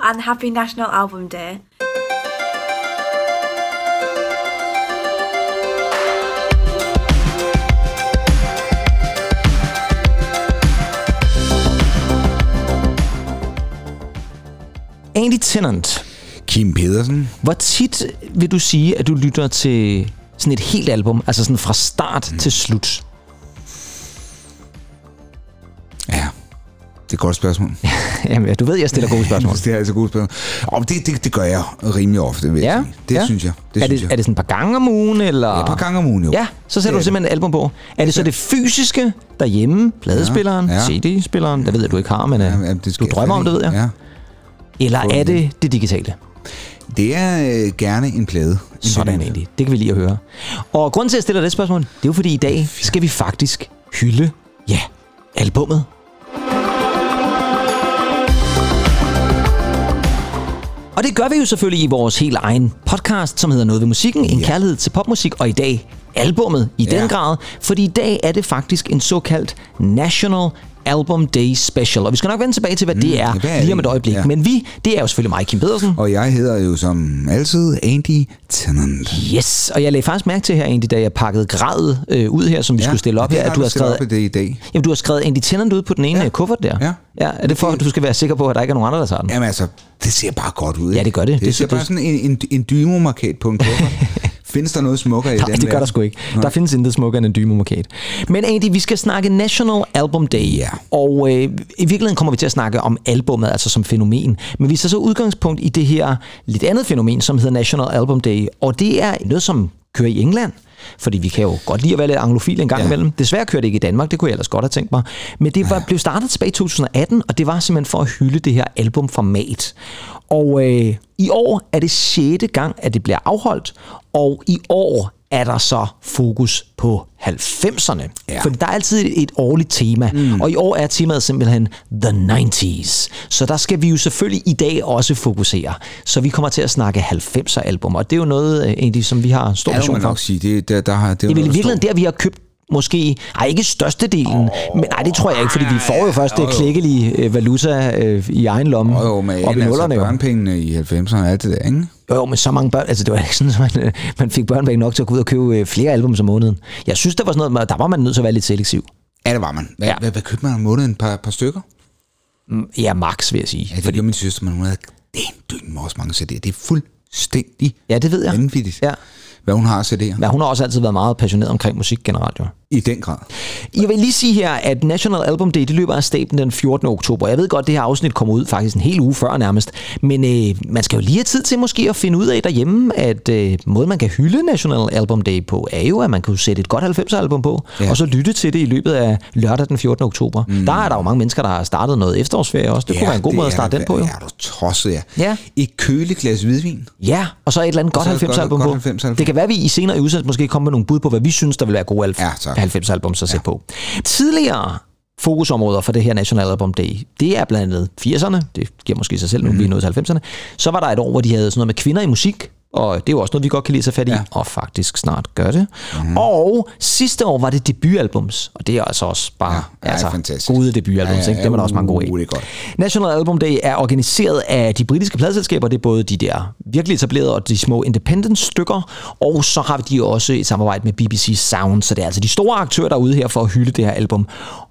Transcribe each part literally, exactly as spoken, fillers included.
and happy National Album Day. Andy Tennant. Kim Pedersen. Hvor tit vil du sige, at du lytter til sådan et helt album, altså sådan fra start mm. til slut? Ja, det er et godt spørgsmål. Jamen, du ved, jeg stiller gode spørgsmål. Det er altså gode spørgsmål. Og det, det, det gør jeg rimelig ofte, vil jeg ja, sige. Det ja. synes jeg. Det er, synes det, jeg. er det sådan et par gange om ugen? Eller? Ja, et par gange om ugen, jo. Ja, så sætter det du simpelthen et album på. Er det så det fysiske derhjemme, pladespilleren, ja, ja. C D-spilleren? Det ved jeg, du ikke har, men ja, ja, det du drømmer om det, ved jeg. Ja. Eller er det det digitale? Det er øh, gerne en plade. En Sådan egentlig. Det kan vi lige at høre. Og grunden til, at jeg stiller det spørgsmål, det er jo fordi i dag skal vi faktisk hylde, ja, albummet. Og det gør vi jo selvfølgelig i vores helt egen podcast, som hedder Noget ved musikken, en ja. kærlighed til popmusik, og i dag albummet i ja. den grad, fordi i dag er det faktisk en såkaldt National Album Day Special, og vi skal nok vende tilbage til, hvad mm, det er, hvad er lige om et øjeblik. Ja. Men vi, det er jo selvfølgelig mig, Kim Pedersen. Og jeg hedder jo som altid Andy Tennant. Yes, og jeg lagde faktisk mærke til her, Andy, da jeg pakkede gradet øh, ud her, som vi ja, skulle stille op her, at du har skrevet det i dag. Jamen, du har skrevet Andy Tennant ud på den ene ja. kuffert der. Ja. Ja, er det for, at du skal være sikker på, at der ikke er nogen andre, der tager den? Jamen altså, det ser bare godt ud. Ja, det gør det. Det, det ser det, bare sådan en, en, en dymo-markat på en kuffert. Findes der noget smukkere i Nej, den? Nej, det gør der sgu ikke. Nej. Der findes intet smukkere end en dymo-markat. Men Andy, vi skal snakke National Album Day. Ja. Og øh, i virkeligheden kommer vi til at snakke om albummet, altså som fænomen. Men vi tager så udgangspunkt i det her lidt andet fænomen, som hedder National Album Day. Og det er noget, som kører i England. Fordi vi kan jo godt lide at være lidt anglofil en gang ja. imellem. Desværre kører det ikke i Danmark, det kunne jeg ellers godt have tænkt mig. Men det var, ja. blev startet tilbage i to tusind atten, og det var simpelthen for at hylde det her albumformat. Og øh, i år er det sjette gang, at det bliver afholdt, og i år er der så fokus på halvfemserne. Ja. For der er altid et årligt tema, mm. og i år er temaet simpelthen The nineties. Så der skal vi jo selvfølgelig i dag også fokusere. Så vi kommer til at snakke halvfemser album, og det er jo noget, egentlig, som vi har stor passion for. Ja, det må man nok sige. Det, der, der har, det er det er vel i virkeligheden der, vi har købt måske, ej ikke størstedelen, oh, men nej, det tror jeg ikke, fordi vi får jo først det klækkelige øh, valuta øh, i egen lomme. Oh, jo, men op i nullerne, altså børnepengene i halvfemserne og alt det der, ikke? Jo, jo, men så mange børn, altså det var ikke sådan, at man, man fik børnepenge nok til at gå ud og købe øh, flere album om måneden. Jeg synes, der var sådan noget, der var man nødt til at være lidt selektiv. Ja, det var man. Hvad, ja. hvad, hvad købte man om måneden? Et par, par stykker? Ja, max, vil jeg sige. Ja, det fordi... gjorde min søster, men hun havde den døgn med også mange C D'er. Det er fuldstændig ja, det ved jeg. vanvittigt. Ja. Hvad hun har C D'er. Ja, hun har også altid været meget passioneret omkring musik generelt, jo. I den grad. Jeg vil lige sige her, at National Album Day, det løber af stablen den fjortende oktober. Jeg ved godt, det her afsnit kommer ud faktisk en hel uge før nærmest. Men øh, man skal jo lige have tid til måske at finde ud af derhjemme, at øh, måden man kan hylde National Album Day på, er jo, at man kan sætte et godt halvfemser album på, ja. og så lytte til det i løbet af lørdag den fjortende oktober. Mm. Der er der jo mange mennesker, der har startet noget efterårsferie også. Det ja, kunne være en god måde at starte er, den på, jo. Ja, du tosset, ja. ja. Et køligt glas hvidvin. Ja, og så et eller andet godt halvfemser album på. halvfems album. Det kan være, at vi i senere udsendelse måske kommer med nogle bud på, hvad vi synes, der vil være gode halvfems album så sæt på. Tidligere fokusområder for det her National Album Day, det er blandt andet firserne, det giver måske sig selv, nu mm. vi er nået til halvfemserne. Så var der et år, hvor de havde sådan noget med kvinder i musik, og det er jo også noget, vi godt kan lide at tage fat i, ja. og faktisk snart gør det. Mm. Og sidste år var det debutalbums, og det er altså også bare ja, altså, gode debutalbums, ja, ja, ikke? Det var der også mange gode af. National Album Day er organiseret af de britiske pladeselskaber, det er både de der virkelig etablerede og de små independent-stykker, og så har de også et samarbejde med B B C Sound, så det er altså de store aktører derude her for at hylde det her album.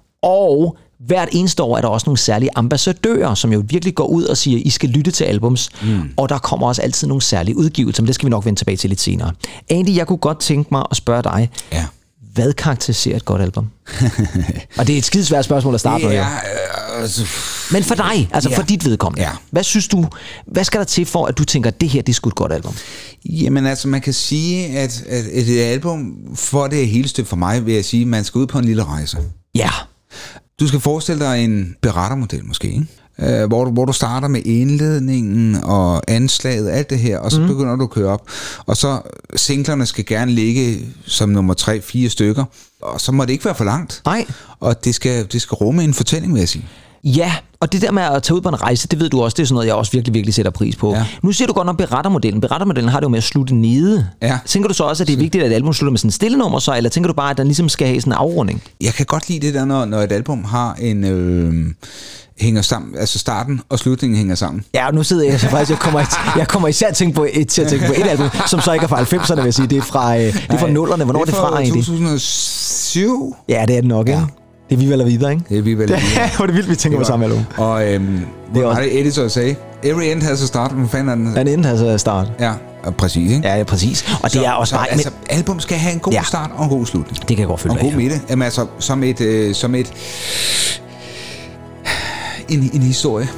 Og hvert eneste år er der også nogle særlige ambassadører, som jo virkelig går ud og siger, I skal lytte til albums. Mm. Og der kommer også altid nogle særlige udgivelser, men det skal vi nok vende tilbage til lidt senere. Andy, jeg kunne godt tænke mig at spørge dig, ja. hvad karakteriserer et godt album? Og det er et skidesvært spørgsmål at starte med. Ja, altså, men for dig, altså ja. for dit vedkommende, ja. hvad synes du, hvad skal der til for, at du tænker, at det her, det er sgu et godt album? Jamen altså, man kan sige, at, at et album, for det er helt stykke for mig, vil jeg sige, at man skal ud på en lille rejse. Ja. Du skal forestille dig en berettermodel måske, ikke? Uh, hvor, du, hvor du starter med indledningen og anslaget, alt det her, og så mm. begynder du at køre op. Og så singlerne skal gerne ligge som nummer tre, fire stykker, og så må det ikke være for langt. Nej. Og det skal, det skal rumme en fortælling, vil jeg sige. Ja, og det der med at tage ud på en rejse, det ved du også, det er sådan noget, jeg også virkelig, virkelig sætter pris på. Ja. Nu siger du godt nok berettermodellen. Berettermodellen har det jo med at slutte nede. Ja. Tænker du så også, at det er vigtigt, at et album slutter med sådan en stille nummer så, eller tænker du bare, at den ligesom skal have sådan en afrunding? Jeg kan godt lide det der, når, når et album har en... Øh hænger sammen, altså starten og slutningen hænger sammen. Ja, og nu sidder jeg så faktisk, jeg kommer, jeg kommer især at tænke på et, til at tænke på et album, som så ikke er fra halvfemserne, vil jeg sige. Det er fra, øh, det er fra nullerne. Hvornår er det fra egentlig? to tusind og syv? Ja, det er det nok, ikke? Ja. Det er vi vel videre, ikke? Det er vi vel videre. Hvor det vildt, vi tænker på samme album. Og øhm, det var det editor sagde. Every end has a start. Hvad fanden er den? An end has a start. Ja, præcis, ikke? Ja, ja, præcis. Og så, det er også så, bare... Altså, album skal have en god ja. start og en god slutning. Det kan jeg godt følge. Og en god midte. Jamen altså, som et... Øh, som et en, en historie.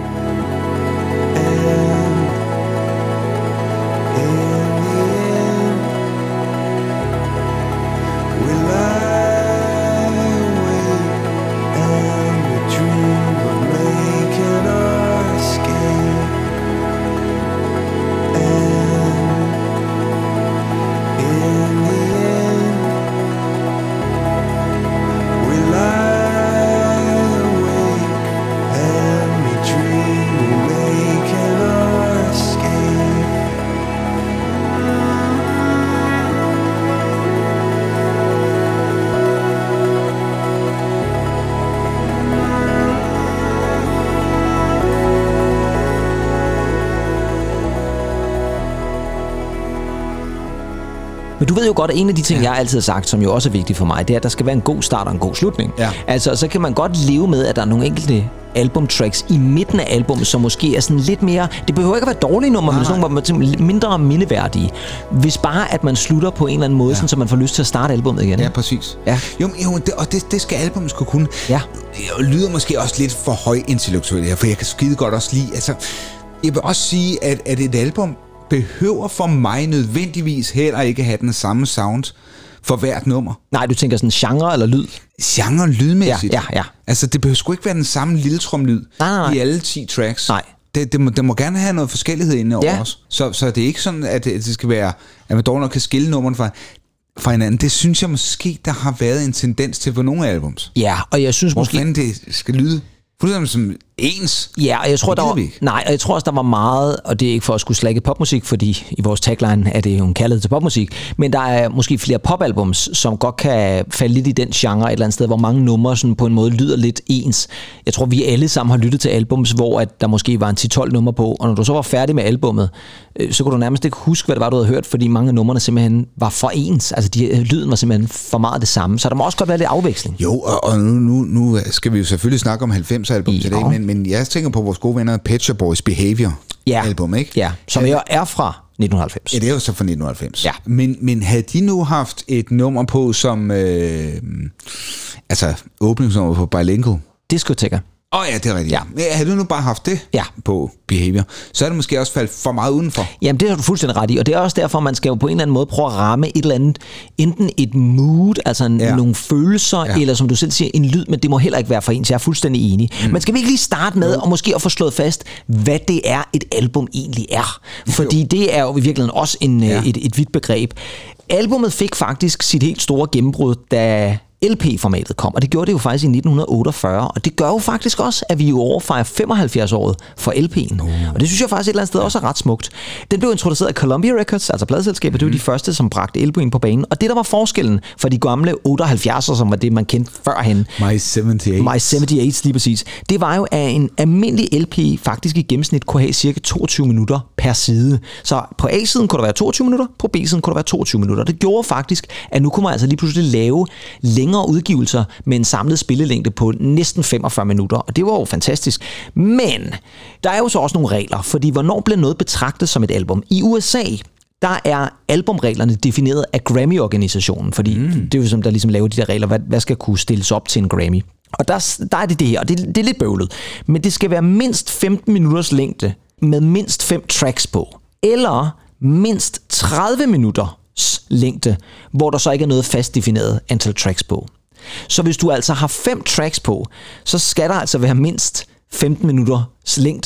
Men du ved jo godt, at en af de ting, ja. jeg altid har sagt, som jo også er vigtigt for mig, det er, at der skal være en god start og en god slutning. Ja. Altså, så kan man godt leve med, at der er nogle enkelte albumtracks i midten af albummet, som måske er sådan lidt mere... Det behøver ikke at være dårlige numre, men sådan nogle mindre mindeværdige. Hvis bare, at man slutter på en eller anden måde, ja. sådan, så man får lyst til at starte albummet igen. Ja, præcis. Ja. Jo, jo det, og det, det skal albummet skulle kunne. Ja. Det lyder måske også lidt for højintellektuelt her, for jeg kan skide godt også lide... Altså, jeg vil også sige, at, at et album behøver for mig nødvendigvis heller ikke have den samme sound for hvert nummer. Nej, du tænker sådan genre eller lyd? Genre lydmæssigt. Ja, ja, ja. Altså, det behøver sgu ikke være den samme lille tromlyd i alle ti tracks. Nej. Det, det, må, det må gerne have noget forskellighed inde over ja. os. Så, så det er ikke sådan, at det, det skal være, at man dog nok kan skille nummerne fra, fra hinanden. Det synes jeg måske, der har været en tendens til på nogle albums. Ja, og jeg synes Hvor måske... Hvor det skal lyde fuldstændig som ens. Ja, og jeg tror, der var, nej, og jeg tror også, der var meget, og det er ikke for at skulle slække popmusik, fordi i vores tagline er det jo en kærlighed til popmusik, men der er måske flere popalbums, som godt kan falde lidt i den genre et eller andet sted, hvor mange numre sådan på en måde lyder lidt ens. Jeg tror, vi alle sammen har lyttet til albums, hvor at der måske var en ti tolv numre på, og når du så var færdig med albummet, så kunne du nærmest ikke huske, hvad det var, du havde hørt, fordi mange af numrene simpelthen var for ens. Altså, de, lyden var simpelthen for meget det samme, så der må også godt være lidt afveksling. Jo, og, og nu, nu skal vi jo selvfølgelig snakke om halvfems-album til det, men, men jeg tænker på vores gode venner Pet Shop Boys Behavior-album, ja. ikke? Ja, som jo er fra nitten halvfems. Ja, det er jo så fra nitten halvfems. Ja. Men, men havde de nu haft et nummer på, som... Øh, altså, åbningsnummer på Bilingual? Det skulle jeg tænke. Åh oh, ja, det er rigtigt. Ja. Havde du nu bare haft det ja. på Behavior, så er det måske også faldet for meget udenfor. Jamen, det har du fuldstændig ret i, og det er også derfor, man skal jo på en eller anden måde prøve at ramme et eller andet, enten et mood, altså en, ja. nogle følelser, ja. eller som du selv siger, en lyd, men det må heller ikke være for ens. Jeg er fuldstændig enig. Mm. Man skal vi ikke lige starte med, jo. og måske at få slået fast, hvad det er, et album egentlig er. Fordi jo. det er jo i virkeligheden også en, ja. et, et vidt begreb. Albummet fik faktisk sit helt store gennembrud, da L P-formatet kom, og det gjorde det jo faktisk i nitten otteogfyrre, og det gør jo faktisk også, at vi jo overfejrer femoghalvfjerds-året for L P'en. Uh. Og det synes jeg faktisk et eller andet sted også er ret smukt. Den blev introduceret af Columbia Records, altså pladeselskabet, mm. det var de første, som bragte L P'en på banen, og det der var forskellen for de gamle otteoghalvfjerds'er, som var det, man kendte førhen. My seventy-eight. My seventy-eight, lige præcis. Det var jo, at en almindelig L P faktisk i gennemsnit kunne have cirka toogtyve minutter per side. Så på A-siden kunne der være toogtyve minutter, på B-siden kunne der være toogtyve minutter. Det gjorde faktisk, at nu kunne man altså lige pludselig lave længere udgivelser med en samlet spillelængde på næsten femogfyrre minutter, og det var jo fantastisk. Men der er jo så også nogle regler, fordi hvornår bliver noget betragtet som et album? I U S A, der er albumreglerne defineret af Grammy-organisationen, fordi mm. det er jo som der ligesom laver de der regler, hvad, hvad skal kunne stilles op til en Grammy. Og der, der er det det her, og det, det er lidt bøvlet, men det skal være mindst femten minutters længde med mindst fem tracks på, eller mindst tredive minutter længde, hvor der så ikke er noget fast defineret antal tracks på. Så hvis du altså har fem tracks på, så skal der altså være mindst femten minutters længde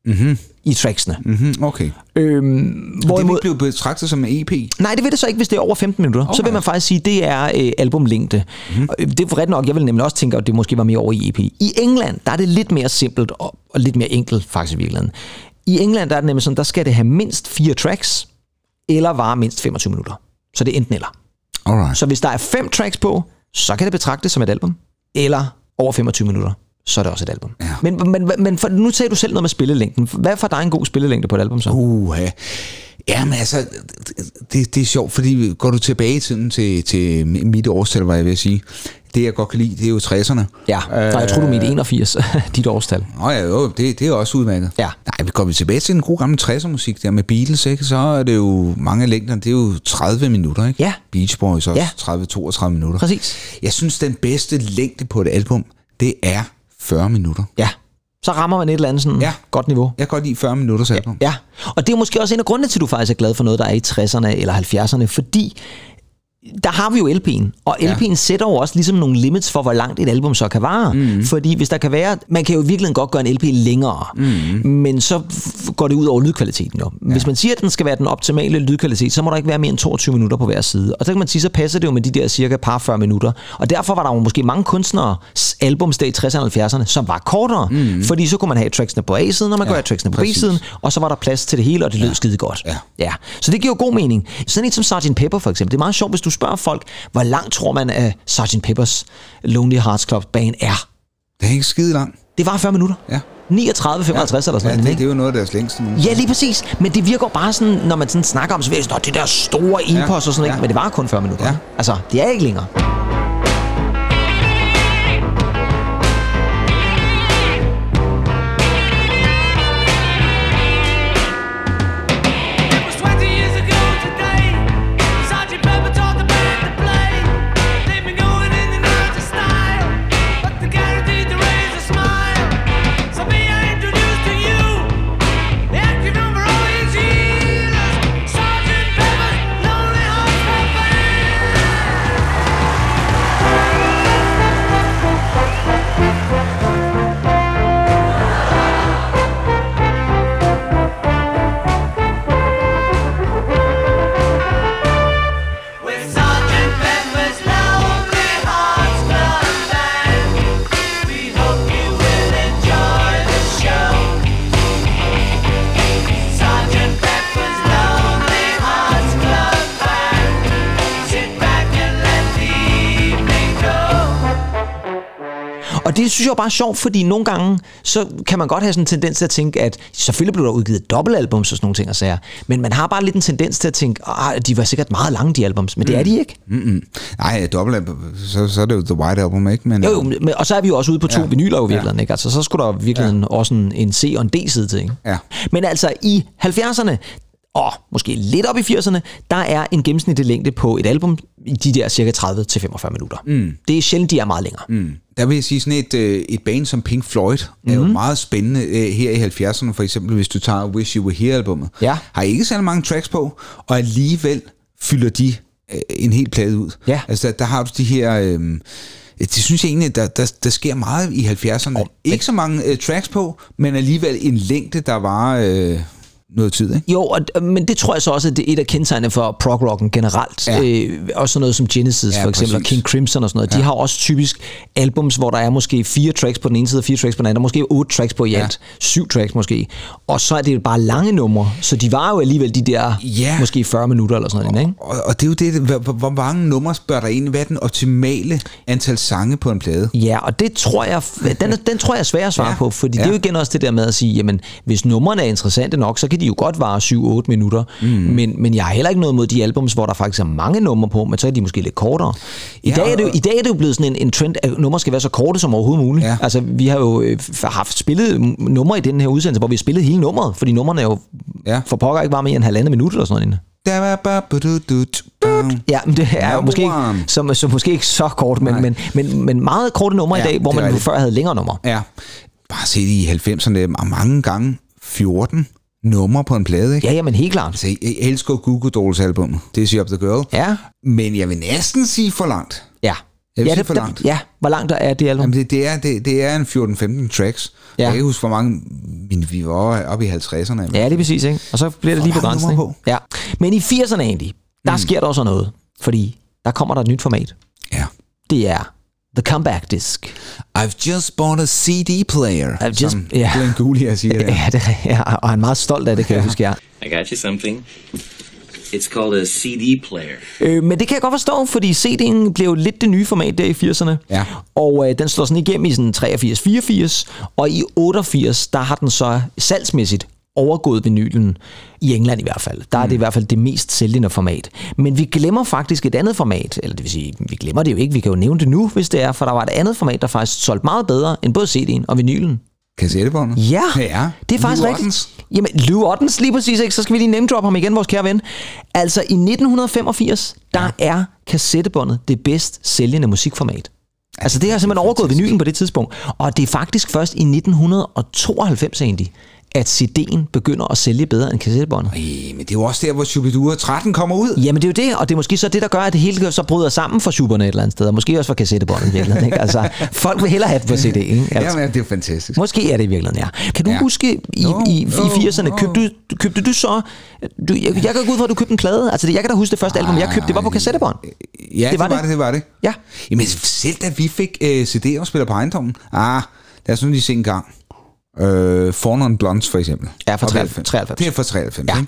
mm-hmm. i tracksene. Mm-hmm. Okay. Øhm, hvorimod, det vil blive betragtet som en E P? Nej, det vil det så ikke, hvis det er over femten minutter. Okay. Så vil man faktisk sige, at det er øh, albumlængde. Mm-hmm. Det er ret nok, jeg vil nemlig også tænke, at det måske var mere over i E P. I England, der er det lidt mere simpelt og, og lidt mere enkelt faktisk i virkeligheden. I England, der er det nemlig sådan, der skal det have mindst fire tracks, eller vare mindst femogtyve minutter. Så det er enten eller. Alright. Så hvis der er fem tracks på, så kan det betragtes som et album. Eller over femogtyve minutter, så er det også et album. Ja. Men, men, men for, nu tager du selv noget med spillelængden. Hvad er for dig en god spillelængde på et album så? Uh, ja. Jamen altså, det, det er sjovt, fordi går du tilbage i tiden til, til mit årstal, hvad jeg vil sige, det jeg godt kan lide, det er jo tresserne. Ja, så jeg tror du mente enogfirs, dit årstal. Nå ja, jo, det, det er også udmærket. Ja. Nej, går vi tilbage til den gode gamle tresser-musik der med Beatles, ikke? Så er det jo mange af længderne, det er jo tredive minutter, ikke? Ja. Beach Boys også, ja. tredive til toogtredive minutter. Præcis. Jeg synes, den bedste længde på et album, det er fyrre minutter. Ja. Så rammer man et eller andet sådan ja. godt niveau. Jeg kan godt lide fyrre minutters album. Ja, og det er måske også en af grundene til, at du faktisk er glad for noget, der er i tresserne eller halvfjerdserne, fordi der har vi jo L P'en, og L P'en ja. sætter jo også ligesom nogle limits for, hvor langt et album så kan vare. Mm. Fordi hvis der kan være, man kan jo i virkeligheden godt gøre en L P længere, mm. men så går det ud over lydkvaliteten jo. Ja. Hvis man siger, at den skal være den optimale lydkvalitet, så må der ikke være mere end toogtyve minutter på hver side. Og så kan man sige, så passer det jo med de der cirka par fyrre minutter. Og derfor var der jo måske mange kunstnere albumsdag i tresserne og halvfjerdserne, som var kortere. Mm. Fordi så kunne man have tracksene på A-siden, og man ja, kunne have tracksene på præcis. B-siden, og så var der plads til det hele, og det lød ja. skide godt. Ja. Ja. Så det giver jo god mening. Sådan et som sergeant Pepper for eksempel. Det er meget sjovt, hvis du spørger folk, hvor langt tror man, at sergeant Peppers Lonely Hearts Club Band er? Det er ikke skide langt. Det var fyrre minutter. Ja. niogtredive femoghalvtreds ja. eller sådan ja, noget. Det, det er jo noget af deres længste nu. Ja, lige præcis. Men det virker bare sådan, når man sådan snakker om, så virker det, det der store epos ja. og sådan noget. Ja. Men det var kun fyrre minutter. Ja. Altså, det er ikke længere. Og det synes jeg bare er sjovt, fordi nogle gange, så kan man godt have sådan en tendens til at tænke, at selvfølgelig blev der udgivet dobbeltalbums og sådan nogle ting og sager, men man har bare lidt en tendens til at tænke, at de var sikkert meget lange, de albums, men det er de ikke. Mm-mm. Nej, dobbeltalbum, så, så er det jo The White Album, ikke? Men, jo, jo, men, og så er vi jo også ude på to ja. vinyler jo virkelig, ja. ikke? Altså, så skulle der virkelig ja. også en, en C- og en D-side til, ikke? Ja. Men altså, i halvfjerdserne, og måske lidt op i firserne, der er en gennemsnitlig længde på et album i de der cirka tredive til femogfyrre minutter. Mm. Det er sjældent, de er meget længere. Mm. Der vil jeg sige, sådan et, et band som Pink Floyd er mm-hmm. jo meget spændende her i halvfjerdserne, for eksempel hvis du tager Wish You Were Here-albummet. Ja. Har ikke særlig mange tracks på, og alligevel fylder de en hel plade ud. Ja. Altså der, der har du de her... Øhm, det synes jeg egentlig, der, der, der sker meget i halvfjerdserne. Oh, ikke så mange uh, tracks på, men alligevel en længde, der var... Øh, noget tid, ikke? Jo, og, men det tror jeg så også, at det er et af kendetegnene for prog-rocken generelt. Ja. Øh, også sådan noget som Genesis, ja, for eksempel, præcis. Og King Crimson og sådan noget. Ja. De har også typisk albums, hvor der er måske fire tracks på den ene side og fire tracks på den anden. Der er måske otte tracks på i alt. Ja. Syv tracks måske. Og så er det bare lange numre, så de var jo alligevel de der ja. måske fyrre minutter eller sådan noget, ikke? Og, og det er jo det, hvor, hvor mange numre spørger der egentlig, hvad er den optimale antal sange på en plade? Ja, og det tror jeg, den, den tror jeg er svær at svare ja. på, fordi ja. det er jo igen også det der med at sige, jamen, hvis numrene er interessante nok, så kan de jo godt vare syv otte minutter, mm. men, men jeg har heller ikke noget mod de albums, hvor der faktisk er mange numre på, men så er de måske lidt kortere. I, ja, dag, er det jo, I dag er det jo blevet sådan en, en trend, at numre skal være så korte som overhovedet muligt. Ja. Altså, vi har jo øh, haft spillet numre i den her udsendelse, hvor vi har spillet hele nummeret, fordi numrene er jo ja. for pokker ikke bare mere end halvandet minut eller sådan noget. Ja, men det er jo måske ikke, som, som måske ikke så kort, men, men, men, men meget korte numre ja, i dag, hvor man før havde længere numre. Ja, bare se det i halvfemserne, mange gange fjorten numre på en plade, ikke? Ja, ja, men helt klart. Altså, jeg elsker Goo Goo Dolls album, Dizzy Up the Girl. Ja. Men jeg vil næsten sige for langt. Ja. Jeg ja, det, for langt. Ja, hvor langt er det album? Jamen det, det, er, det, det er en fjorten femten tracks. Ja. Jeg kan ikke huske, hvor mange, men vi var oppe i halvtredserne. Ja, det er præcis, ikke? Og så bliver det lige begrænset. Ja. Men i firserne egentlig, der mm. sker der også noget. Fordi der kommer der et nyt format. Ja. Det er The Comeback Disc. I've just bought a C D player. I've just, som yeah. Glenn Gould siger det. Ja, det ja, og han er meget stolt af det, kan ja. jeg huske, ja. I got you something. It's called a C D player. Øh, men det kan jeg godt forstå, fordi C D'en blev jo lidt det nye format der i firserne. Ja. Og øh, den slår sådan igennem i sådan treogfirs fireogfirs, og i otteogfirs, der har den så salgsmæssigt overgået vinylen, i England i hvert fald. Der er det mm. i hvert fald det mest sælgende format. Men vi glemmer faktisk et andet format, eller det vil sige, vi glemmer det jo ikke, vi kan jo nævne det nu, hvis det er, for der var et andet format, der faktisk solgte meget bedre end både C D'en og vinylen. Kassettebåndet? Ja, ja, det er faktisk Lou rigtigt. Ottens. Jamen, Lou Ottens, lige præcis, ikke? Så skal vi lige name drop ham igen, vores kære ven. Altså, i nitten femogfirs, der ja. er kassettebåndet det bedst sælgende musikformat. Altså, det har simpelthen overgået vinylen på det tidspunkt. Og det er faktisk først i nitten tooghalvfems egentlig, at C D'en begynder at sælge bedre end kassettebåndet. Ej, men det er jo også der, hvor Shubidua tretten kommer ud. Jamen det er jo det, og det er måske så det, der gør, at det hele så bryder sammen for Schuberne et eller andet sted, og måske også for kassettebåndet i virkeligheden. Ikke? Altså, folk vil hellere have det på C D, ikke? Altså, jamen, det er jo fantastisk. Måske er det i virkeligheden, ja. Kan du ja. huske, i, no, i, i no, firserne, no. købte du, købte du så... Du, jeg, jeg kan gå ud fra, at du købte en plade. Altså, jeg kan da huske det første album, jeg købte, det var på kassettebånd. Ja, det var det, det, det var det. Ja. Jamen, selv da vi fik uh, C D-afspiller på ejendommen, ah, lad os nu lige se en gang. Øh, Four Non Blondes for eksempel. Ja, fra treoghalvfems. Det er fra treoghalvfems, ja. ikke?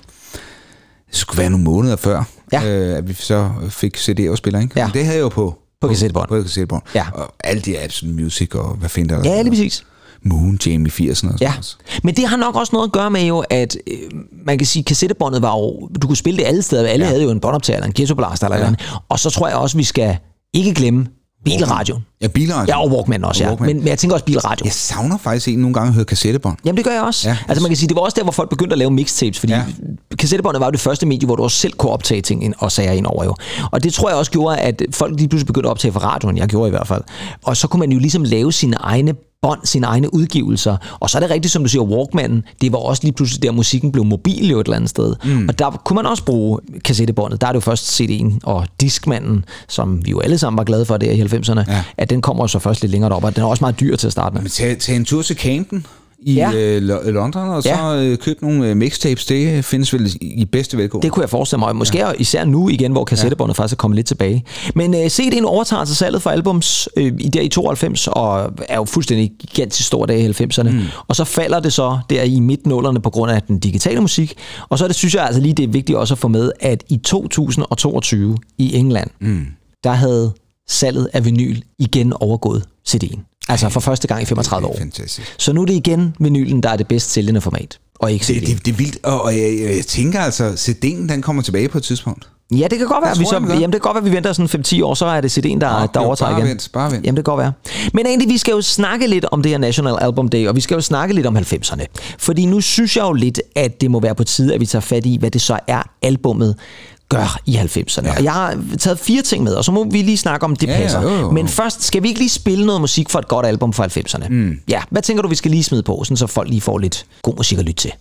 Det skulle være nogle måneder før, ja. øh, at vi så fik C D-afspiller, ikke? Ja. Men det havde jeg jo på på kassettebånd. På kassettebånd. Ja. Og alle de Absolute Music og hvad finder der? Ja, lige præcis. Moon Jam i firserne og sådan ja. noget. Men det har nok også noget at gøre med jo, at øh, man kan sige, kassettebåndet var jo, du kunne spille det alle steder. Alle ja. havde jo en båndoptager eller en ghetto blaster eller ja. eller andet. Og så tror jeg også, vi skal ikke glemme bilradio. Ja, bilradio. Ja, og Walkman også, ja. Walkman. Men, men jeg tænker også bilradio. Jeg savner faktisk en nogle gange at høre kassettebånd. Jamen det gør jeg også. Ja, altså man kan sige, det var også der, hvor folk begyndte at lave mixtapes, fordi ja. kassettebåndet var jo det første medie, hvor du også selv kunne optage ting ind og sager ind over jo. Og det tror jeg også gjorde, at folk lige pludselig begyndte at optage fra radioen. Jeg gjorde i hvert fald. Og så kunne man jo ligesom lave sine egne bånd, sine egne udgivelser. Og så er det rigtigt, som du siger, Walkman, det var også lige pludselig der, musikken blev mobil jo et eller andet sted. Mm. Og der kunne man også bruge kassettebåndet. Der er det jo først C D'en og Discmanden, som vi jo alle sammen var glade for der i halvfemserne, ja. at den kommer så først lidt længere op, og den er også meget dyr til at starte med. Men tag, tag en tur til Camden i ja. øh, London, og så ja. øh, køb nogle øh, mixtapes. Det findes vel i bedste velgående. Det kunne jeg forestille mig. Måske ja. især nu igen, hvor kassettebåndet ja. faktisk er kommet lidt tilbage. Men øh, C D'en overtager sig salget for albums øh, i der i tooghalvfems, og er jo fuldstændig gigantisk stor dag i halvfemserne. Mm. Og så falder det så der i midt-nullerne på grund af den digitale musik. Og så er det, synes jeg altså lige, det er vigtigt også at få med, at i to tusind toogtyve i England, mm. der havde salget af vinyl igen overgået C D'en. Altså for første gang i femogtredive år. Fantastisk. Så nu er det igen vinylen, der er det bedst sælgende format, og ikke C D'en. Det, det, det er vildt, og, og jeg, jeg tænker altså, C D'en den kommer tilbage på et tidspunkt. Ja, det kan godt være, vi så, jamen, det kan godt være, vi venter sådan fem til ti år, så er det C D'en, der, oh, der overtager igen. Vent, bare vent. Jamen, det kan godt være. Men egentlig, vi skal jo snakke lidt om det her National Album Day, og vi skal jo snakke lidt om halvfemserne. Fordi nu synes jeg jo lidt, at det må være på tide, at vi tager fat i, hvad det så er, albummet gør i halvfemserne. Ja. Og jeg har taget fire ting med, og så må vi lige snakke om, det ja, passer. Jo, jo. Men først, skal vi ikke lige spille noget musik for et godt album for halvfemserne? Mm. Ja, hvad tænker du, vi skal lige smide på, sådan så folk lige får lidt god musik at lytte til?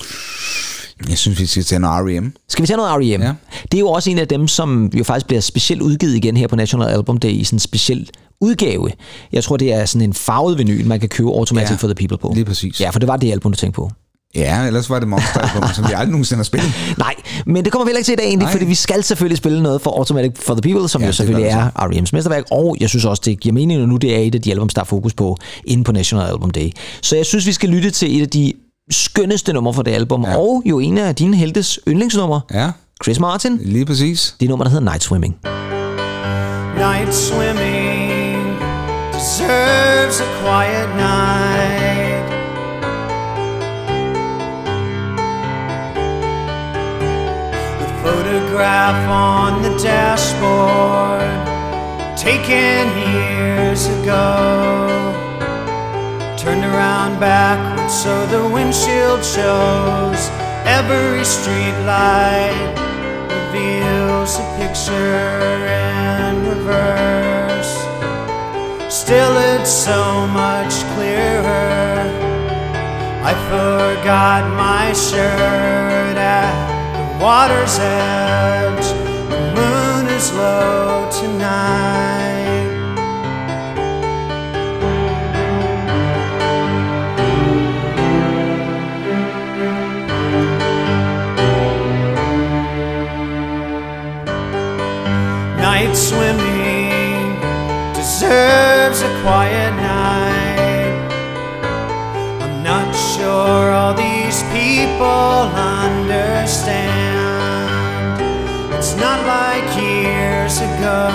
Jeg synes, vi skal tage noget R E M. Skal vi tage noget R E M? Ja. Det er jo også en af dem, som jo faktisk bliver specielt udgivet igen her på National Album Day i sådan en speciel udgave. Jeg tror, det er sådan en farvet vinyl, man kan købe Automatic ja, for the People på. Lige præcis. Ja, for det var det album, du tænkte på. Ja, ellers var det Monster-album, som vi aldrig nogensinde har spillet. Nej, men det kommer vi heller ikke til i dag egentlig, Nej. fordi vi skal selvfølgelig spille noget for Automatic for the People, som ja, jo selvfølgelig er R E M's mesterværk, og jeg synes også, det giver mening, nu det er et af de albums, der er fokus på inde på National Album Day. Så jeg synes, vi skal lytte til et af de skønneste numre fra det album, ja. og jo en af dine heltes yndlingsnumre, ja. Chris Martin. Lige præcis. Det nummer, der hedder Night Swimming. Night swimming deserves a quiet night. The photograph on the dashboard taken years ago, turned around backwards so the windshield shows. Every street light reveals a picture in reverse. Still it's so much clearer. I forgot my shirt at the water's edge. The moon is low tonight. quiet night. I'm not sure all these people understand. It's not like years ago.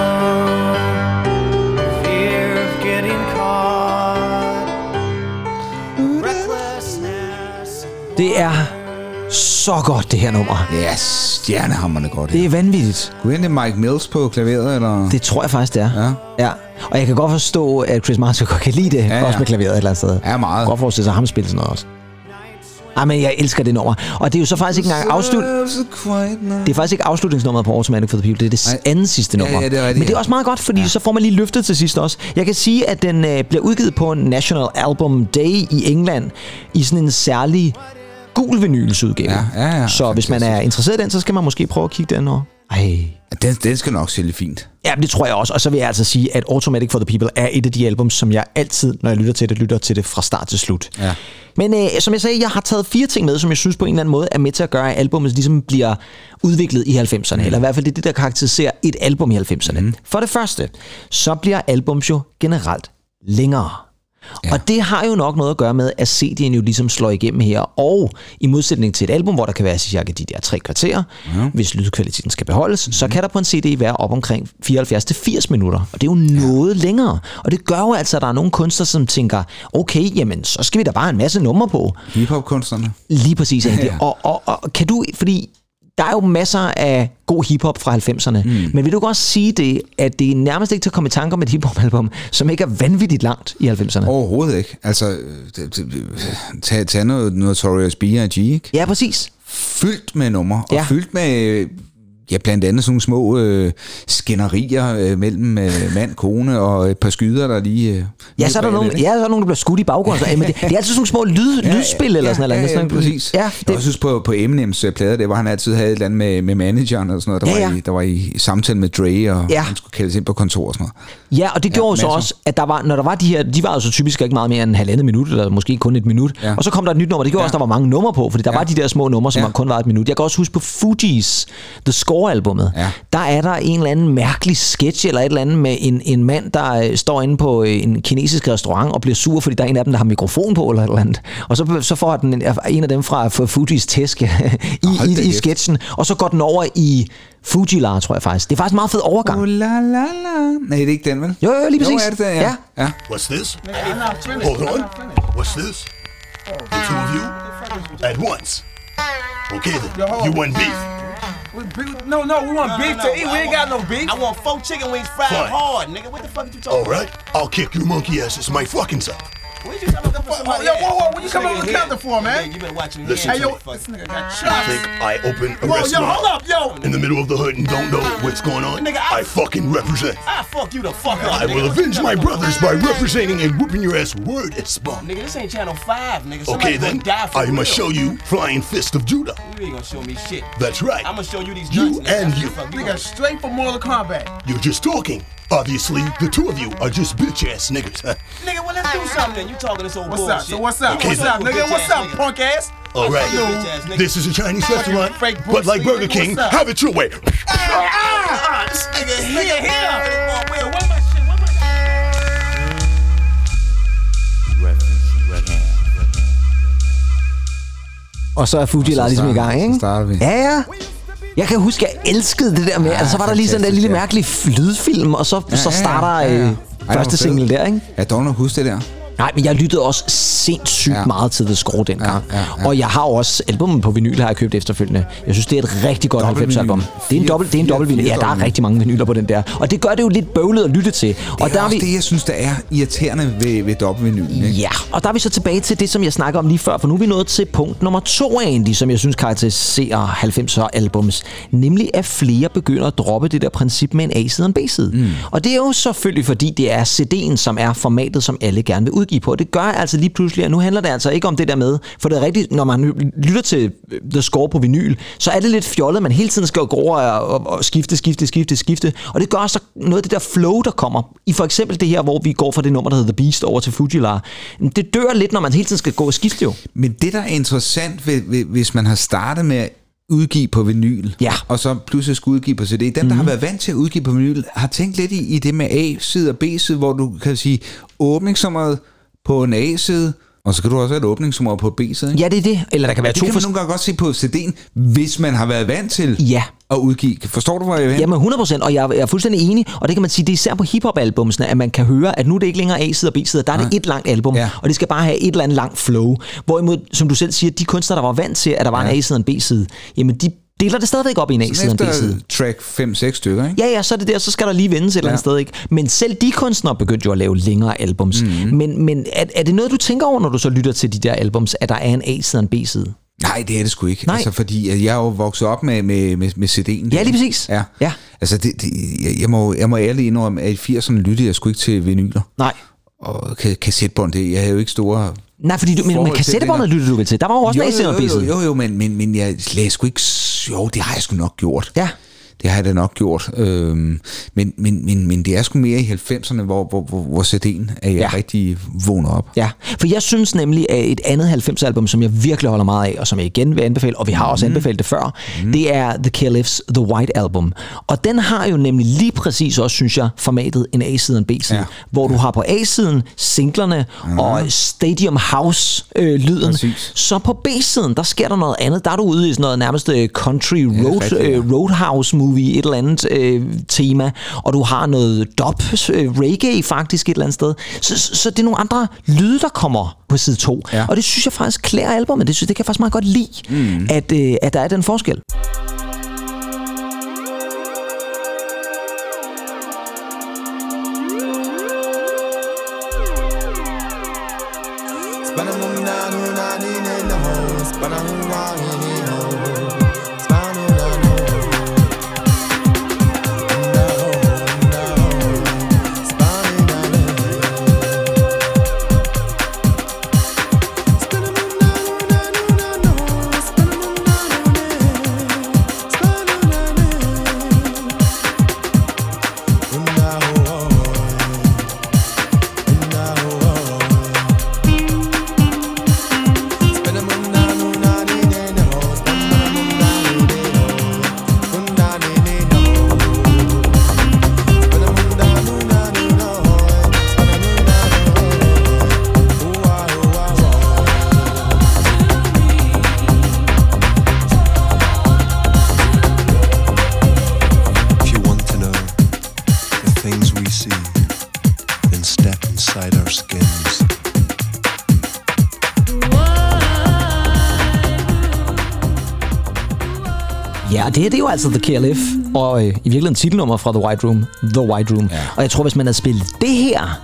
Fear of getting caught. Recklessness. Det er så godt, det her nummer. Ja, yes, stjernehammerende godt. Det er vanvittigt. Kunne det Mike Mills på klaveret, eller? Det tror jeg faktisk, det er. Ja. Ja. Og jeg kan godt forstå, at Chris Martin godt kan lide det, ja, ja. Også med klaveret et eller andet sted. Ja, meget. Jeg kan godt forestille sig ham spille sådan noget også. Ej, men jeg elsker det nummer. Og det er jo så faktisk ikke engang afslut... Det er faktisk ikke afslutningsnummeret på Automatic for the People. Det er det andet sidste nummer. Ja, ja, det er rigtigt, men det er også meget godt, fordi ja. Så får man lige løftet til sidst også. Jeg kan sige, at den øh, bliver udgivet på National Album Day i England i sådan en særlig gul vinylsudgave. Ja, ja, ja. Så hvis man er interesseret i den, så skal man måske prøve at kigge den over. Ej. Den, den skal nok sælge fint. Ja, det tror jeg også. Og så vil jeg altså sige, at Automatic for the People er et af de album, som jeg altid, når jeg lytter til det, lytter til det fra start til slut. Ja. Men øh, som jeg sagde, jeg har taget fire ting med, som jeg synes på en eller anden måde er med til at gøre, at albumet ligesom bliver udviklet i halvfemserne. Mm. Eller i hvert fald det er det, der karakteriserer et album i halvfemserne. Mm. For det første, så bliver albums jo generelt længere. Ja. Og det har jo nok noget at gøre med, at C D'en jo ligesom slår igennem her. Og i modsætning til et album, hvor der kan være cirka de der tre kvarterer, ja. Hvis lydkvaliteten skal beholdes, mm. så kan der på en C D være op omkring fireoghalvfjerds til firs minutter. Og det er jo noget ja. Længere. Og det gør jo altså, at der er nogle kunstnere, som tænker, okay, jamen, så skal vi da bare en masse numre på. Hip-hop-kunstnerne. Lige præcis, ja. og, og, og kan du, fordi der er jo masser af god hiphop fra halvfemserne, mm. men vil du godt sige det, at det er nærmest ikke til at komme i tanke om et hiphop-album, som ikke er vanvittigt langt i halvfemserne? Overhovedet ikke. Altså, tag, tag noget Notorious B I G, ikke? Ja, præcis. Fyldt med numre, og ja. Fyldt med... Ja, blandt andet sådan nogle små øh, skænderier øh, mellem øh, mand, kone og et par skyder, der lige... Øh, ja, så er der nogen, ja, så er der nogen, der bliver skudt i baggrunden. Ja, men det, det er altid sådan nogle små lyd, ja, lydspil ja, eller sådan noget. Ja, ja, ja, præcis. Ja, det... Jeg synes på, på Eminems plade, det var han altid havde et eller andet med, med manageren og sådan noget, der, ja, ja. Var, i, der var i samtale med Dre, og ja. Han skulle kaldes ind på kontor og sådan noget. Ja, og det gjorde ja, så også, at der var, når der var de her, de var jo så typisk ikke meget mere end en halvandet minut, eller måske kun et minut, ja. Og så kom der et nyt nummer. Det gjorde ja. Også, der var mange numre på, fordi der ja. Var de der små numre, som ja. Kun var et minut. Jeg kan også huske på Fugees The Score-albummet. Ja. Der er der en eller anden mærkelig sketch eller et eller andet med en, en mand, der øh, står inde på øh, en kinesisk restaurant og bliver sur, fordi der er en af dem, der har mikrofon på eller et eller andet. Og så, så får den en, en af dem fra Fugees tæsk i, i, i, i sketchen, og så går den over i Fujilar, tror jeg faktisk. Det er faktisk en meget fed overgang. Oh, la, la, la. Nej, det er ikke den, vel? Jo, jo, lige præcis. Jo, er det der, ja. Ja. Ja. What's this? Hold on. What's this? The two of you? At once. Okay then. You want beef? No, no, we want beef to eat. We ain't got no beef. I want four chicken wings fried Fine. Hard, nigga. What the fuck are you talking All right. about? I'll kick your monkey asses my fucking self. What you coming up with somebody? Yo, whoa, whoa, what you coming up with the counter for, man? You better watch me. Listen hey, to yo, me. this nigga got You chops. think I open a Whoa, restaurant yo, hold up, yo. in the middle of the hood and don't know what's going on? Nigga, I, I fucking represent. I fuck you the fuck up. I nigga. will avenge my brothers by representing and whooping your ass word as spawn. Nigga, this ain't Channel five, nigga. Somebody Okay then, die for I real. must show you Flying Fist of Judah. You ain't gonna show me shit. That's right. I'm gonna show you these You nuts, nigga. and you. Nigga, straight from Mortal Kombat. You're just talking. Obviously, the two of you are just bitch ass niggas. Nigga, well, let's do something then. You talking this old What's bullshit. up? So what's up? Okay, What's up, nigga? What's up, punk ass? All right, Yo, this is a Chinese restaurant, fake but like Bruce Burger Lee, King, what's up? have it your way. Ah, ah, This nigga this here. nigga here. Oh, wait, where my shit? Where my... Og så er Fujilar ligesom i gang, ikke? Så starter vi. Ja, ja. Jeg kan huske, jeg elskede det der med, ja, altså så var der lige sådan en lille mærkelig lydfilm, og så, ja, så starter ja, ja, ja. Øh, første single der, ikke? Jeg dog nok huske det der. Nej, men jeg lyttede også sindssygt ja. meget til The Score dengang. Ja, ja, ja. Og jeg har også albumet på vinyl, har jeg købt efterfølgende. Jeg synes, det er et rigtig godt halvfems-album. Det er en dobbelt, det er en dobbelt vinyl. Ja, der er rigtig mange vinyler på den der. Og det gør det jo lidt bøvlet at lytte til. Det og er der også er vi... det, jeg synes, der er irriterende ved, ved dobbeltvinylen. Ja, og der er vi så tilbage til det, som jeg snakker om lige før, for nu er vi nået til punkt nummer to egentlig, som jeg synes karakteriserer halvfemser-albums, nemlig at flere begynder at droppe det der princip med en A-side og en B-side. Mm. Og det er jo selvfølgelig, fordi det er C D'en, som er formatet, som alle gerne vil udgive på. Det gør altså lige pludselig, at nu handler det altså ikke om det der med, for det er rigtigt, når man lytter til The Score på vinyl, så er det lidt fjollet, man hele tiden skal gå over og, og skifte, skifte, skifte, skifte, og det gør også noget af det der flow, der kommer. I for eksempel det her, hvor vi går fra det nummer, der hedder The Beast, over til Fujilar. Det dør lidt, når man hele tiden skal gå og skifte jo. Men det, der er interessant, ved, ved, hvis man har startet med udgive på vinyl, ja. og så pludselig skulle udgive på C D. Dem, mm-hmm. der har været vant til at udgive på vinyl, har tænkt lidt i, i det med A-side og B-side, hvor du kan sige åbningsnummeret på en A-side, og så kan du også have et åbningsnummer på B-siden. Ja, det er det. Eller der kan være ja, det to... Det kan man nogle gange godt se på C D'en, hvis man har været vant til ja. at udgive. Forstår du, hvor jeg er hen? Jamen hundrede procent, og jeg er fuldstændig enig. Og det kan man sige, det er især på hiphop-albumsene, at man kan høre, at nu er det ikke længere A-side og B-side. Der er det et langt album, ja. og det skal bare have et eller andet langt flow. Hvorimod, som du selv siger, de kunstnere, der var vant til, at der var ja. en A-side og en B-side, jamen de deler det stadigvæk op i en A-side og en B-side. Track fem seks stykker, ikke? Ja, ja, så er det der, så skal der lige vendes et eller andet sted, ikke? Men selv de kunstnere begyndte jo at lave længere albums. Mm-hmm. Men, men er, er det noget, du tænker over, når du så lytter til de der albums, at der er en A-side og en B-side? Nej, det er det sgu ikke. Nej. Altså, fordi jeg er jo vokset op med, med, med, med C D'en. Ja, lige præcis. Ja. ja. Altså, det, det, jeg, jeg, må, jeg må ærligt indrømme, at i firserne lyttede jeg sgu ikke til vinyler. Nej. Og kassettebånd, det jeg havde jo ikke store... Nej, fordi du, men, men kassettebåndet lyttede du vel til? Der var jo også en A-side og en B-side. Jo, jo, jo, men, men, men jeg læste sgu ikke... Jo, det har jeg sgu nok gjort. Ja. Det har jeg da nok gjort. Øhm, men, men, men, men det er sgu mere i halvfemserne, hvor, hvor, hvor, hvor C D'en er jeg ja. rigtig vågnet op. Ja, for jeg synes nemlig, at et andet halvfems-album, som jeg virkelig holder meget af, og som jeg igen vil anbefale, og vi har også mm. anbefalet det før, mm. det er The K L F's The White Album. Og den har jo nemlig lige præcis også, synes jeg, formatet en A-side og en B-side, ja. hvor du har på A-siden singlerne mm. og Stadium House-lyden. Øh, så på B-siden, der sker der noget andet. Der er du ude i sådan noget nærmest country road, ja, rigtigt, ja. øh, roadhouse-movie, et eller andet øh, tema, og du har noget dub, øh, reggae faktisk et eller andet sted. Så, så, så det er nogle andre lyde, der kommer på side to. Ja. Og det synes jeg faktisk klæder albumet. Det synes det kan jeg faktisk meget godt lide, mm. at, øh, at der er den forskel. Ja, det her det er jo altså The K L F, og øh, i virkeligheden titelnummer fra The White Room, The White Room. Ja. Og jeg tror, hvis man havde spillet det her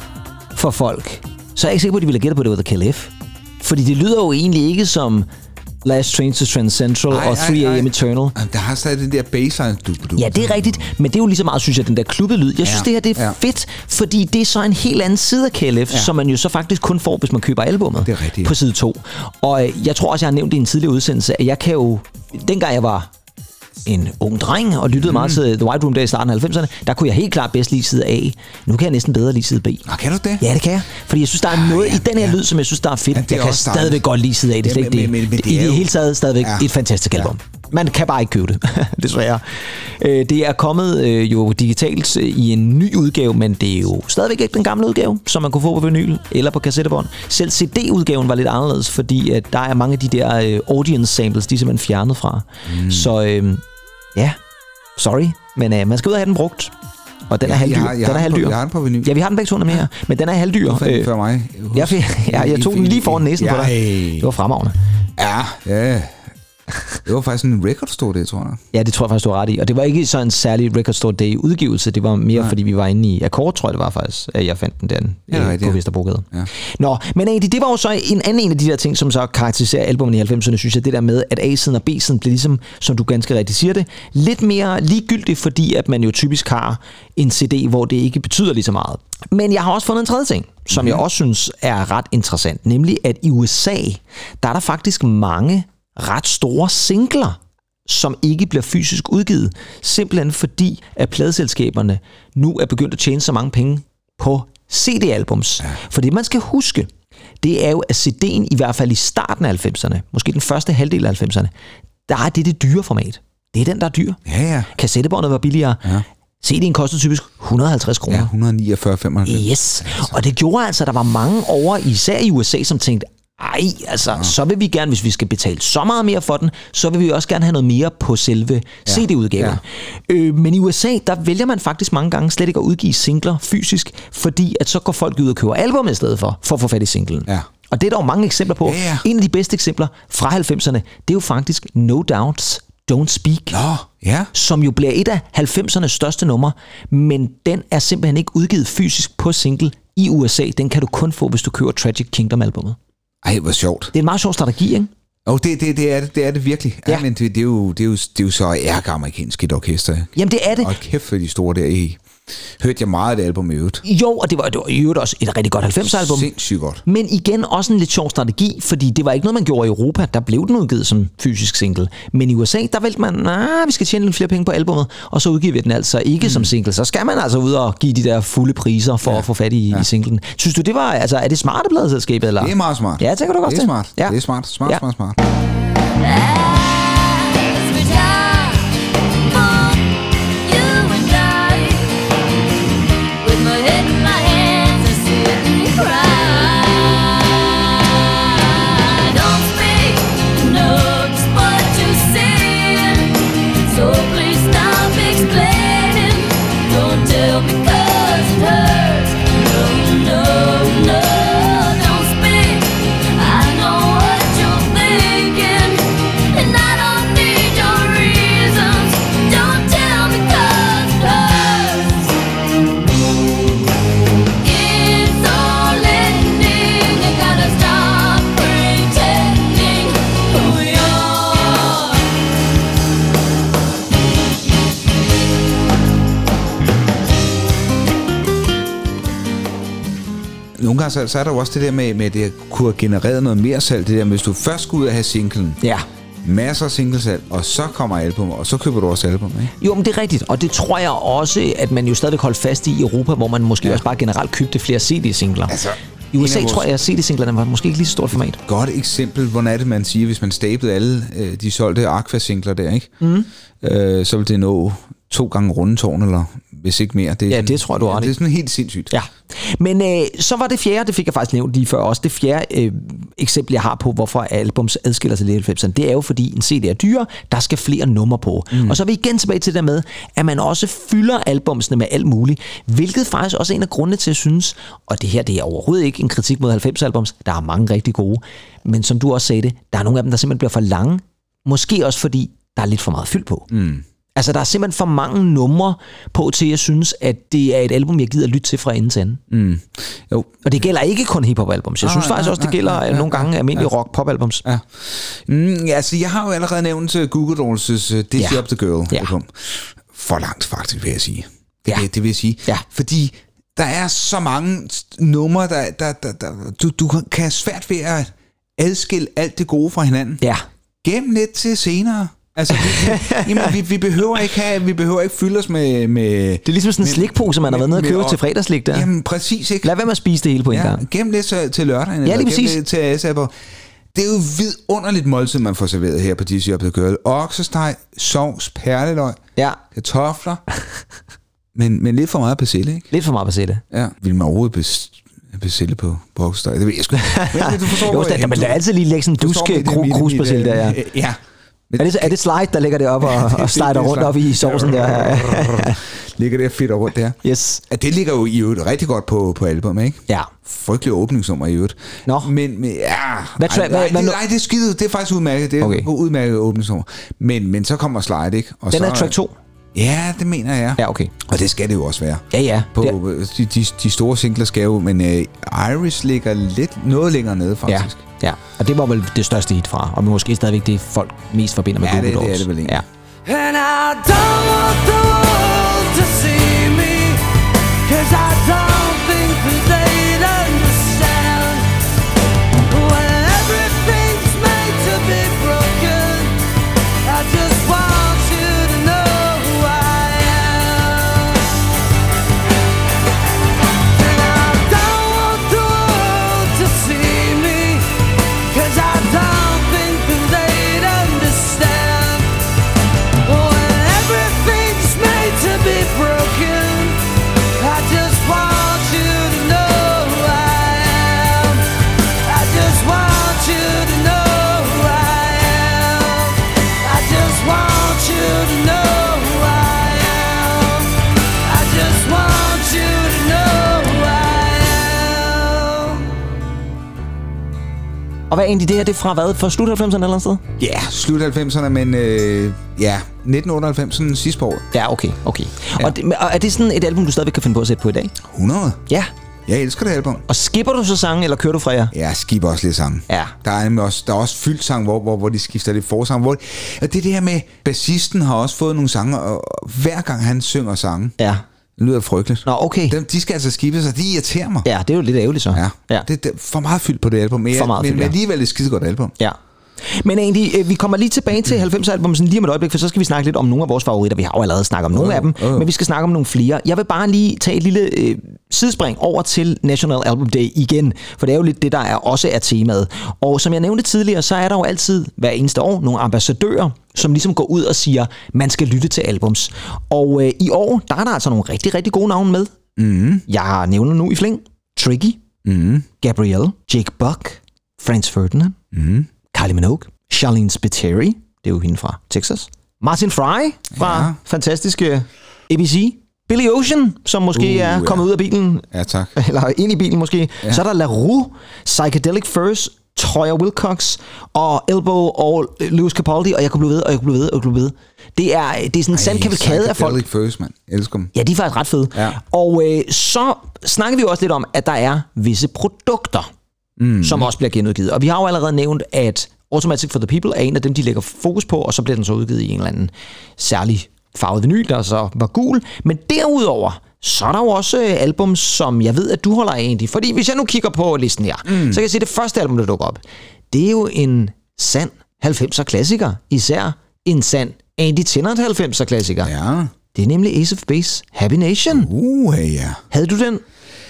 for folk, så er jeg ikke sikker på, at de ville have gættet på, at det var The K L F. Fordi det lyder jo egentlig ikke som Last Train to Trans Central ej, og three a m Eternal. Der har stadig den der baseline. Du, du, ja, det er rigtigt, men det er jo lige så meget, synes jeg, den der klubbede lyd. Jeg synes, ja, det her det er ja. fedt, fordi det er så en helt anden side af K L F, ja. som man jo så faktisk kun får, hvis man køber albummet på side to. Og øh, jeg tror også, jeg har nævnt i en tidligere udsendelse, at jeg kan jo, dengang jeg var en ung dreng og lyttede mm. meget til The White Room der i starten af halvfemserne, der kunne jeg helt klart bedst lide side A. Nu kan jeg næsten bedre lide side B. Nå, kan du det? Ja, det kan jeg. Fordi jeg synes, der er noget ah, ja, i den her ja. lyd, som jeg synes, der er fedt. Ja, jeg kan stadigvæk godt lide side A. Det er slet ikke det. Men, men, men det I det jo... hele taget stadigvæk ja. et fantastisk album. Ja. Man kan bare ikke købe det, desværre. Det er kommet jo digitalt i en ny udgave, men det er jo stadigvæk ikke den gamle udgave, som man kunne få på vinyl eller på kassettebånd. Selv C D-udgaven var lidt anderledes, fordi at der er mange af de der audience samples, de er simpelthen fjernet fra. Mm. Så øh, ja, sorry, men øh, man skal ud og have den brugt. Og den er halvdyr. Jeg har, jeg den er halvdyr. På, jeg har den på vinyl. Ja, vi har den begge to med her, men den er halvdyr. Øh, for mig. Jeg, ja, jeg tog den lige foran næsen ja, på dig. Det var fremragende. Ja, ja. Det var faktisk en Record Store Day, tror jeg. Ja, det tror jeg faktisk, du har ret i. Og det var ikke så en særlig Record Store Day udgivelse. Det var mere, Nej. fordi vi var inde i Akkord, tror jeg det var faktisk, at jeg fandt den der ja, øh, på Vesterbrogade. Ja. Nå, men egentlig, det var jo så en anden en af de der ting, som så karakteriserer albumen i halvfemserne, synes jeg, det der med, at A-siden og B-siden bliver ligesom, som du ganske rigtigt siger det, lidt mere ligegyldigt, fordi at man jo typisk har en C D, hvor det ikke betyder lige så meget. Men jeg har også fundet en tredje ting, som mm-hmm. jeg også synes er ret interessant, nemlig at i U S A, der er der faktisk mange ret store singler, som ikke bliver fysisk udgivet, simpelthen fordi, at pladeselskaberne nu er begyndt at tjene så mange penge på C D-albums. Ja. For det, man skal huske, det er jo, at C D'en i hvert fald i starten af halvfemserne, måske den første halvdel af halvfemserne, der er det det dyre format. Det er den, der er dyr. Ja, ja. Kassettebåndet var billigere. Ja. C D'en kostede typisk et hundrede og halvtreds kroner. Ja, et hundrede og niogfyrre komma femoghalvfems. Yes. Og det gjorde altså, at der var mange over, især i U S A, som tænkte, ej, altså, ja. så vil vi gerne, hvis vi skal betale så meget mere for den, så vil vi også gerne have noget mere på selve ja. C D-udgaven. Ja. Øh, men i U S A, der vælger man faktisk mange gange slet ikke at udgive singler fysisk, fordi at så går folk ud og køber album i stedet for, for at få fat i singlen. Ja. Og det er der jo mange eksempler på. Ja, ja. En af de bedste eksempler fra halvfemserne, det er jo faktisk No Doubt's Don't Speak, Nå, ja. som jo bliver et af halvfemsernes største numre, men den er simpelthen ikke udgivet fysisk på single i U S A. Den kan du kun få, hvis du køber Tragic Kingdom-albummet. Ej, hvor sjovt. Det er en meget sjov strategi, ikke? Og det, det, det, er, det, det er det virkelig. Ja. Ja, men det, det, er jo, det, er jo, det er jo så ærkeamerikansk et orkester. Jamen, det er det. Og kæft for de store der i. Hørte jeg meget af det album i øvrigt. Jo, og det var, det var i øvrigt også et rigtig godt halvfemser-album. Sindssygt godt. Men igen også en lidt sjov strategi, fordi det var ikke noget, man gjorde i Europa. Der blev den udgivet som fysisk single. Men i U S A, der valgte man, nej, vi skal tjene lidt flere penge på albummet, og så udgiver vi den altså ikke mm. som single. Så skal man altså ud og give de der fulde priser for ja. at få fat i, ja. i singlen. Synes du, det var, altså, er det smart pladeselskabet, eller? Det er meget smart. Ja, tænker du godt det? Er smart. Ja. Det er smart. Smart, ja. smart, smart. Nogle gange så, så er der jo også det der med, med det at kunne have genereret noget mere salg. Det der med, hvis du først skal ud og have singlen, ja. masser af singlesalg, og så kommer album, og så køber du også album, ikke? Jo, men det er rigtigt, og det tror jeg også, at man jo stadigvæk holdt fast i i Europa, hvor man måske ja. også bare generelt købte flere C D-singler. Altså, i U S A vores... tror jeg, at C D-singlerne var måske ikke lige så stort format. Godt eksempel, hvordan er det, man siger, hvis man stablede alle øh, de solgte Aqua-singler der, ikke? Mm. Øh, så ville det nå to gange rundetårn, eller hvis ikke mere. Det ja, sådan, det tror jeg, du har. Ja, det er sådan helt sindssygt. Ja. Men øh, så var det fjerde, det fik jeg faktisk nævnt lige før også, det fjerde øh, eksempel, jeg har på, hvorfor albums adskiller sig lidt i halvfemserne, det er jo, fordi en C D er dyre, der skal flere numre på. Mm. Og så er vi igen tilbage til det med, at man også fylder albumsene med alt muligt, hvilket faktisk også er en af grundene til at synes, og det her, det er overhovedet ikke en kritik mod halvfems-albums, der er mange rigtig gode, men som du også sagde det, der er nogle af dem, der simpelthen bliver for lange, måske også fordi, der er lidt for meget fyld på. Mm. Altså, der er simpelthen for mange numre på, til jeg synes, at det er et album, jeg gider lytte til fra ende til ende. Mm. Jo. Og det gælder ikke kun hiphop-albums. Jeg synes ah, faktisk ja, også, det gælder ja, ja, nogle gange almindelige ja. rock-pop-albums. Ja. Mm, altså, jeg har jo allerede nævnt uh, Google Dolls' uh, This ja. Up The Girl-album. Ja. For langt, faktisk, vil jeg sige. Det, ja. det vil jeg sige. Ja. Fordi der er så mange numre, der, der, der, der du, du kan have svært ved at adskille alt det gode fra hinanden. Ja. Gem lidt til senere. Altså, vi, vi, jamen, vi, vi behøver ikke have, vi behøver ikke fylde os med, med... Det er ligesom sådan en slikpose, man har været nede og købe til fredagslik der. Jamen, præcis, ikke? Lad være med at spise det hele på en ja, gang. Gem lidt til, til lørdagen. Ja, lige præcis. Gem lidt til A S A P. Det er jo vidunderligt måltid, man får serveret her på This Up The Girl. Oksesteg, sovs, perleløg, ja. kartofler, men, men lidt for meget persille, ikke? Lidt for meget persille. Ja, vil man overhovedet bes, persille på, på oksesteg? Det ved jeg sgu. Men du forstår, jo, der, men der er altid lige lægge sådan en duske kruspersille der, ja. Ja. Er det, er det Slide, der ligger det op og, og slider rundt op i sovsen der? Ligger det fedt rundt der? Yes. Ja, det ligger jo i øvrigt rigtig godt på, på album, ikke? Ja. Frygtelig åbningsnummer i øvrigt. Nå. Men, men ja... Hvad, ej, nej, det, nej, det er skide, det er faktisk udmærket. Det er okay. udmærket åbningsnummer. Men, men så kommer Slide, ikke? Og Den så, er track to? Ja, det mener jeg. Ja, okay. Og det skal det jo også være. Ja, ja. På, de, de, de store singler skal jo, men uh, Iris ligger lidt noget længere nede, faktisk. Ja, ja. Og det var vel det største hit fra, og måske stadigvæk det, folk mest forbinder med ja, Google Dolls. Ja, det er det vel egentlig. Ja. And I don't want the world to see me, 'cause I don't think that they'd understand when everything's made to be broken. I just want you to know who I am. And I don't want the world to see me, 'cause I don't think that they'd understand Og hvad er egentlig det her? Det er fra hvad? Fra slut halvfemserne eller noget sted? Ja, yeah, slut halvfemserne, men øh, ja, nitten otteoghalvfems, sådan sidste på året. Ja, okay, okay. Ja. Og, det, og er det sådan et album, du stadigvæk kan finde på at sætte på i dag? hundrede? Ja. Jeg elsker det album. Og skipper du så sange, eller kører du fra jer? Ja, jeg skipper også lidt sange. Ja. Der er også, der er også fyldt sang, hvor, hvor, hvor de skifter lidt forsang. Hvor, og det der med, bassisten har også fået nogle sange, og hver gang han synger sange, ja. det lyder frygteligt. Nå, okay. De, de skal altså skippe sig, de irriterer mig. Ja, det er jo lidt ærgerligt så. Ja, ja. Det, det er for meget fyldt på det album, men, for meget men, fyldt, men ja. alligevel et skidegodt album. Ja. Men egentlig, vi kommer lige tilbage til halvfems-album sådan lige om et øjeblik, for så skal vi snakke lidt om nogle af vores favoritter. Vi har jo allerede snakket om nogle oh, af dem, oh. men vi skal snakke om nogle flere. Jeg vil bare lige tage et lille øh, sidespring over til National Album Day igen, for det er jo lidt det, der er, også er temaet. Og som jeg nævnte tidligere, så er der jo altid hver eneste år nogle ambassadører, som ligesom går ud og siger, man skal lytte til albums. Og øh, i år, der er der altså nogle rigtig, rigtig gode navne med. Mm. Jeg nævner nu i flæng Tricky, mm. Gabrielle, Jake Buck, Franz Ferdinand, mm. Kylie Minogue, Charlene Spiteri, det er jo hende fra Texas, Martin Fry fra ja. fantastiske A B C, Billy Ocean, som måske uh, er kommet ja. ud af bilen, ja, tak. eller ind i bilen måske, ja. Så er der La Roux, Psychedelic Furs, Toya Wilcox og Elbow og Louis Capaldi, og jeg kunne blive ved, og jeg kunne blive ved, og jeg kunne blive ved. Det er, det er sådan en sand kavalkade af folk. Psychedelic Furs, man. Elsker dem. Ja, de er faktisk ret fede. Ja. Og øh, så snakker vi jo også lidt om, at der er visse produkter, mm. som også bliver genudgivet. Og vi har jo allerede nævnt, at Automatic for the People er en af dem, de lægger fokus på, og så bliver den så udgivet i en eller anden særlig farvet vinyl, der så var gul. Men derudover, så er der jo også album, som jeg ved, at du holder af egentlig. Fordi hvis jeg nu kigger på listen her, mm. så kan jeg se, at det første album, der dukker op, det er jo en sand halvfemser klassiker. Især en sand Andy Tennant halvfemser klassiker. Ja. Det er nemlig Ace of Base, Happy Nation. Uh, ja. Havde du den?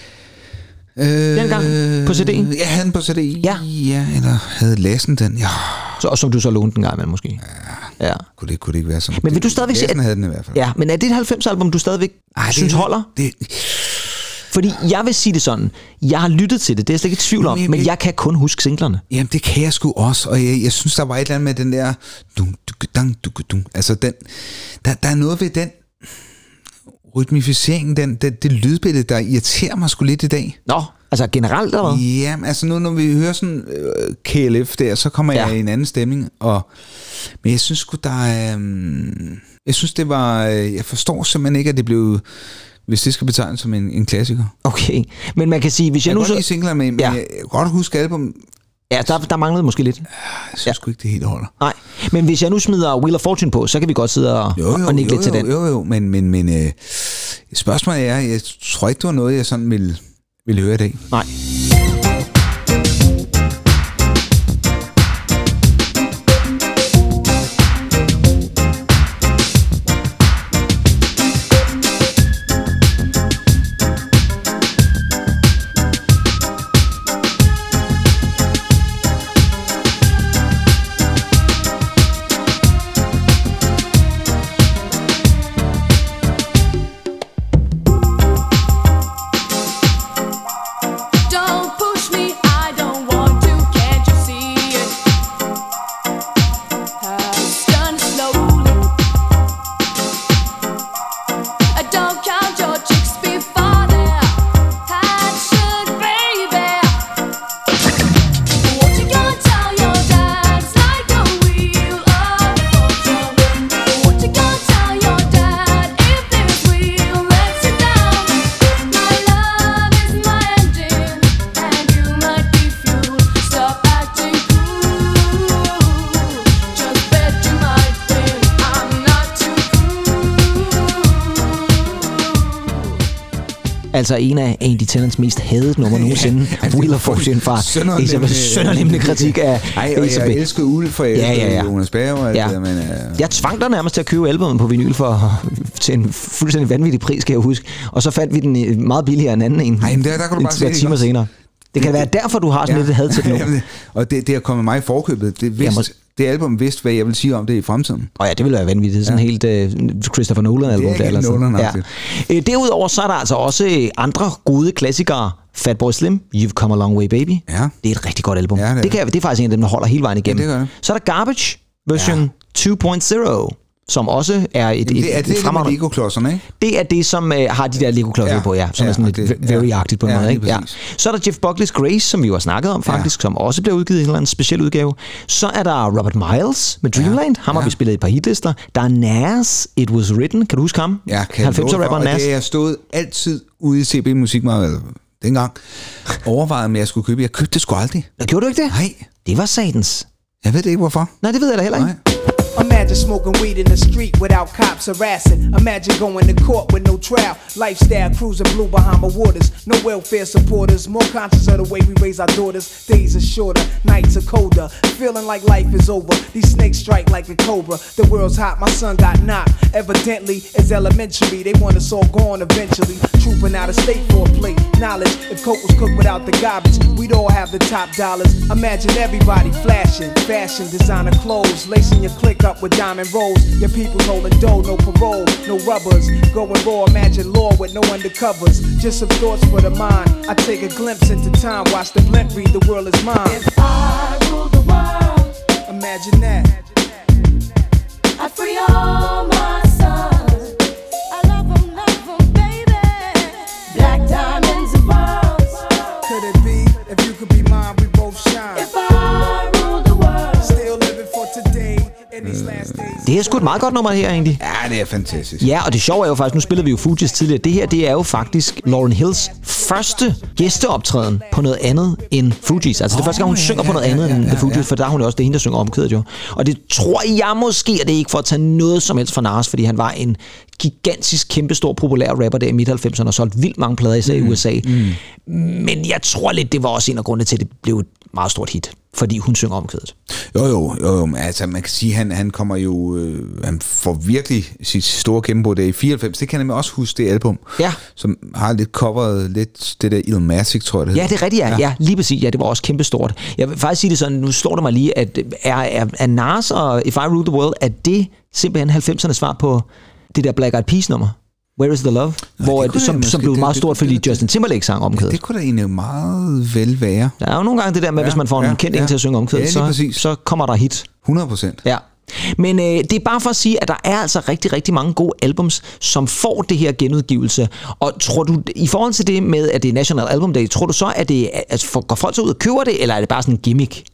Øh, Dengang på C D? Jeg havde den på C D. Ja. Ja, eller havde Lassen den. Ja. Så, og som du så lånte den gang med, måske. Ja. Ja. Kunne det, kunne det ikke være sådan? Men vil du stadigvæk Lassen sige... havde den i hvert fald. Ja, men er det et halvfems-album, du stadigvæk Ej, synes det, holder? Det, Fordi jeg vil sige det sådan, jeg har lyttet til det, det er jeg slet ikke i tvivl om, men, men jeg kan kun huske singlerne. Jamen, det kan jeg sgu også, og jeg, jeg synes, der var et eller andet med den der... Dum, dum, dum, dum, dum. Altså, den, der, der er noget ved den rytmificering, den, det, det lydbillede, der irriterer mig sgu lidt i dag. Nå, altså generelt, eller hvad? Ja, altså nu, når vi hører sådan øh, K L F der, så kommer ja. jeg i en anden stemning, og... Men jeg synes sgu, der er... Um, jeg synes, det var... Jeg forstår simpelthen ikke, at det blev... Hvis det skal betegnes som en, en klassiker. Okay, men man kan sige, hvis jeg, jeg nu så... så... Jeg kan godt lide men ja. jeg kan godt huske album... Ja, der, der manglede måske lidt. Jeg synes ja. sgu ikke, det helt holder. Nej, men hvis jeg nu smider Wheel of Fortune på, så kan vi godt sidde og, jo, jo, og nikke jo, lidt til jo, den. Jo, jo, men, men, men øh, spørgsmålet er, jeg tror ikke, det var noget, jeg sådan ville, ville høre i dag. Nej. Altså en af Andy Tennants mest hadede nummer nogensinde. Ja, Wheel of Fortune fra sønderlemmende kritik af Ej, og jeg elskede Ulf for ja, ja, ja. Jonas Bjerg. Ja. Det, men, uh... Jeg tvang dig nærmest til at købe albumet på vinyl for, til en fuldstændig vanvittig pris, kan jeg huske. Og så fandt vi den meget billigere end anden en. Ej, men der, der kan du bare se timer senere. Det kan det, være derfor, du har sådan ja. lidt had til det nu. Og det, det har kommet mig i forkøbet. Det, vidst, må... det album vidste, hvad jeg vil sige om det i fremtiden. Og ja, det ville være vanvittigt. Det er sådan ja. helt uh, Christopher Nolan-album. Det er ikke Nolan, ja. uh, Derudover så er der altså også andre gode klassikere. Fatboy Slim, You've Come a Long Way Baby. Ja. Det er et rigtig godt album. Ja, det, er. Det, kan, det er faktisk en af dem, der holder hele vejen igennem. Ja, det gør det. Så er der Garbage version ja. to punkt nul. som også er et, Jamen, det er et, det, et fremragende... det Lego-klodserne, ikke? Det er det, som uh, har de der Lego-klodser ja, på, ja, som ja, er sådan lidt very-agtigt på en ja, måde. Ikke? Ja. Så er der Jeff Buckley's Grace, som vi jo har snakket om faktisk, ja. som også bliver udgivet i en eller anden speciel udgave. Så er der Robert Miles med Dreamland, ham har ja. vi spillet i et par hitlister. Der er Nas, It Was Written, kan du huske ham? Ja, kan halvfemser-rapperen Nas. Det er stået altid ude i C B Musikmarkedet dengang. Overvejede om jeg skulle købe. Jeg købte det sgu aldrig. Gjorde du ikke det? Nej. Det var satans. Jeg ved det ikke, hvorfor. Nej, det ved jeg da heller ikke. Nej. Imagine smoking weed in the street without cops harassing. Imagine going to court with no trial. Lifestyle cruising blue Bahama waters. No welfare supporters. More conscious of the way we raise our daughters. Days are shorter, nights are colder. Feeling like life is over. These snakes strike like a cobra. The world's hot, my son got knocked. Evidently, it's elementary. They want us all gone eventually. Trooping out of state for a plate. Knowledge, if coke was cooked without the garbage, we'd all have the top dollars. Imagine everybody flashing. Fashion, designer clothes. Lacing your click up with diamond rolls. Your people's holding dough, no parole, no rubbers. Going raw, imagine law with no undercovers. Just some thoughts for the mind. I take a glimpse into time, watch the blimp read, the world is mine. If I ruled the world, imagine that. I'd free all my sons. I love them, love them, baby. Black diamonds and pearls. Could it be, if you could be mine, we both shine. If I ruled the world, still living for today. Det er sgu et meget godt nummer her, egentlig. Ja, det er fantastisk. Ja, og det sjove er jo faktisk, nu spillede vi jo Fugees tidligere, det her, det er jo faktisk Lauryn Hills første gæsteoptræden på noget andet end Fugees. Altså det er første gang, hun ja, synger ja, på noget andet ja, ja, end The Fugees, ja, ja. for der er hun jo også det hende, der synger omkvædet jo. Og det tror jeg måske, at det ikke for at tage noget som helst fra Nas, fordi han var en gigantisk, kæmpestor, populær rapper der i midt halvfemserne og solgte vildt mange plader især mm. i U S A. Mm. Men jeg tror lidt, det var også en af grundene til, at det blev et meget stort hit, fordi hun synger omkvædet. Jo, jo, jo, jo. Altså, man kan sige, han, han kommer jo, øh, han får virkelig sit store gennembrud der i fireoghalvfems. Det kan jeg også huske, det album, ja. som har lidt coveret lidt det der Illmatic, tror jeg det Ja, det er rigtigt, ja. ja. ja lige præcis. Ja, det var også kæmpestort. Jeg vil faktisk sige det sådan, nu slår det mig lige, at er, er, er Nas og If I Rule the World, er det simpelthen halvfemsernes svar på det der Black Eyed Peas nummer? Where is the Love? Nå, hvor, det som, måske, som blev det, meget det, stort, det, fordi det, Justin Timberlake sang omkvædet. Det kunne da egentlig meget vel være. Der er jo nogle gange det der med, ja, hvis man får ja, en kendt ja, en til at synge omkvædet, ja, så, så kommer der hit. hundrede procent. Ja. Men øh, det er bare for at sige, at der er altså rigtig, rigtig mange gode albums, som får det her genudgivelse. Og tror du, i forhold til det med, at det er National Album Day, tror du så, at det altså, går folk så ud og køber det, eller er det bare sådan en gimmick?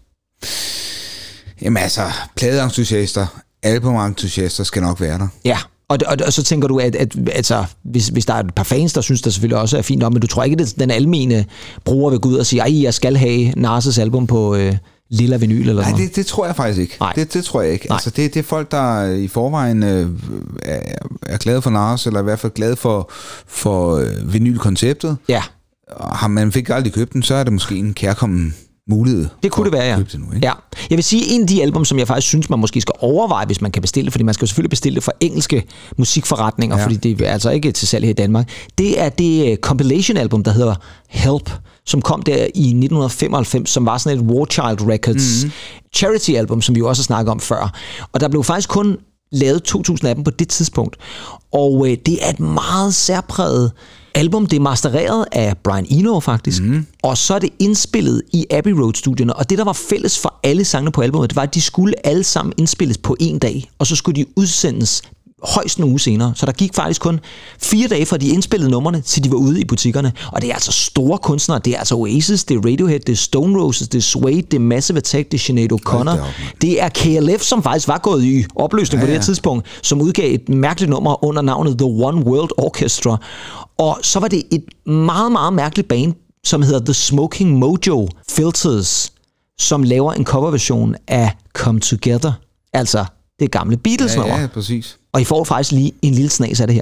Jamen altså, pladeentusiaster, albumentusiaster skal nok være der. Ja. Og, og, og så tænker du, at, at altså, hvis, hvis der er et par fans, der synes, det selvfølgelig også er fint, men du tror ikke, at den almene bruger vil gå ud og sige, ej, jeg skal have Nas' album på øh, lilla vinyl eller Nej, noget? det, det tror jeg faktisk ikke. Det, det tror jeg ikke. Altså, det, det er folk, der i forvejen øh, er, er glade for Nas, eller i hvert fald glade for, for øh, vinylkonceptet. Ja. Og har man fik aldrig købt den, så er det måske en kærkommen mulighed. Det kunne det være, ja. Det nu, ikke? ja. Jeg vil sige, en af de album, som jeg faktisk synes, man måske skal overveje, hvis man kan bestille det, fordi man skal jo selvfølgelig bestille det fra engelske musikforretninger, ja. fordi det er altså ikke til salg her i Danmark, det er det compilation-album, der hedder Help, som kom der i nitten femoghalvfems, som var sådan et War Child Records mm-hmm. charity-album, som vi jo også har snakket om før. Og der blev faktisk kun lavet to tusind af dem på det tidspunkt. Og øh, det er et meget særpræget album. Det er mastereret af Brian Eno faktisk, mm. og så er det indspillet i Abbey Road-studierne. Og det, der var fælles for alle sangene på albumet, det var, at de skulle alle sammen indspilles på en dag, og så skulle de udsendes højst en uge senere. Så der gik faktisk kun fire dage fra de indspillede numrene, til de var ude i butikkerne. Og det er altså store kunstnere. Det er altså Oasis, det er Radiohead, det er Stone Roses, det er Suede, det er Massive Attack, det er Sinead O'Connor. Det er K L F, som faktisk var gået i opløsning ja, på det her ja. tidspunkt, som udgav et mærkeligt nummer under navnet The One World Orchestra. Og så var det et meget, meget mærkeligt band, som hedder The Smoking Mojo Filters, som laver en coverversion af Come Together. Altså det gamle Beatles-nummer. Ja, ja, præcis. Og I får faktisk lige en lille snas af det her.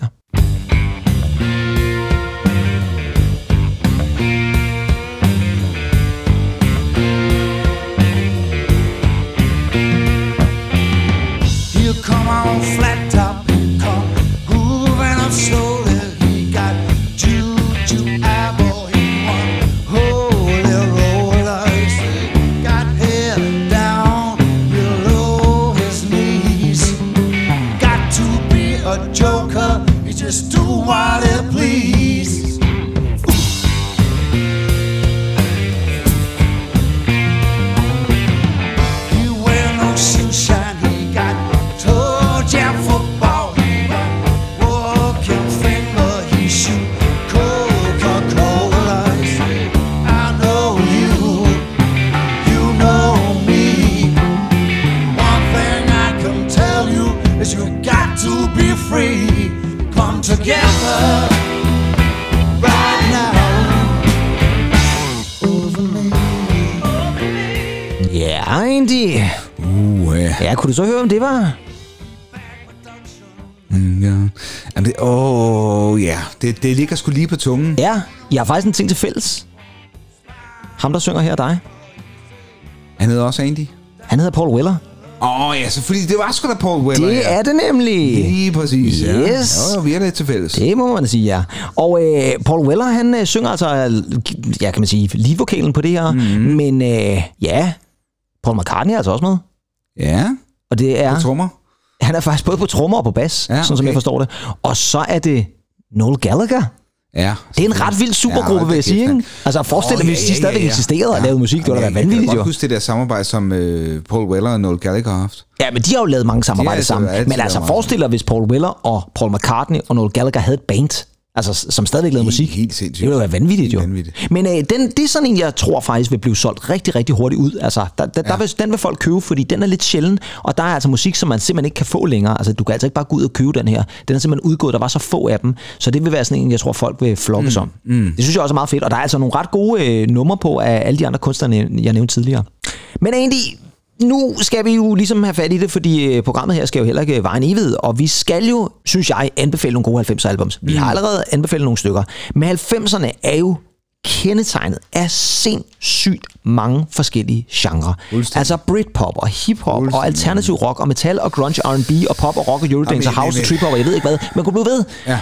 You come on flat top, come grooving up slowly. He got juju eyeball, he one holy roller. He got hair down below his knees. Got to be a joker, he just do what he please. He wear no shoeshine, he got toe jam for Cause you got to be free. Come together right now over me. Ja, egentlig. Uh, ja. Ja, kunne du så høre, om det var? Mm, ja. Jamen, det, åh, ja. Det, det ligger sgu lige på tungen. Ja, jeg har faktisk en ting til fælles. Ham, der synger her, dig. Han hedder også Andy. Han hedder Paul Weller. Åh, oh, ja, selvfølgelig. Det var sgu da Paul Weller. Det ja. er det nemlig. Lige præcis, yes. ja. Ja, vi er lidt til fælles. Det må man sige, ja. Og øh, Paul Weller, han øh, synger altså, ja, kan man sige, leadvokalen på det her. Mm-hmm. Men øh, ja, Paul McCartney er altså også med. Ja, og det er, på trommer. Han er faktisk både på trommer og på bas, ja, sådan okay. som jeg forstår det. Og så er det Noel Gallagher. Ja, det er en ret vild supergruppe, ja, vil jeg sige. Ikke? Altså forestil dig, oh, ja, hvis de ja, stadigvæk ja, ja. eksisterede og ja. lavede musik, det ville da være vanvittigt. Jeg kan jo. godt huske det der samarbejde, som uh, Paul Weller og Noel Gallagher har haft. Ja, men de har jo lavet mange samarbejder sammen. Men altså forestil dig, hvis Paul Weller og Paul McCartney og Noel Gallagher havde et band, altså som stadigvæk lavede musik. Helt sindssygt. Det ville være vanvittigt jo. Vanvittigt. Men øh, den, det er sådan en, jeg tror faktisk vil blive solgt rigtig, rigtig hurtigt ud. Altså, der, der, ja. der vil, den vil folk købe, fordi den er lidt sjælden, og der er altså musik, som man simpelthen ikke kan få længere. Altså, du kan altså ikke bare gå ud og købe den her. Den er simpelthen udgået, der var så få af dem, så det vil være sådan en, jeg tror, folk vil flokkes mm. om. Mm. Det synes jeg også er meget fedt, og der er altså nogle ret gode øh, numre på af alle de andre kunstnere, jeg nævnte tidligere. Men egentlig, nu skal vi jo ligesom have fat i det, fordi programmet her skal jo heller ikke veje en evighed, og vi skal jo, synes jeg, anbefale nogle gode halvfemser albums. Vi har allerede anbefalet nogle stykker, men halvfemserne er jo kendetegnet af sindssygt mange forskellige genrer. Altså Britpop og hiphop og alternativ rock og metal og grunge, R and B og pop og rock og eurodance og house og trip-hop og jeg ved ikke hvad, men kunne du ved? Ja.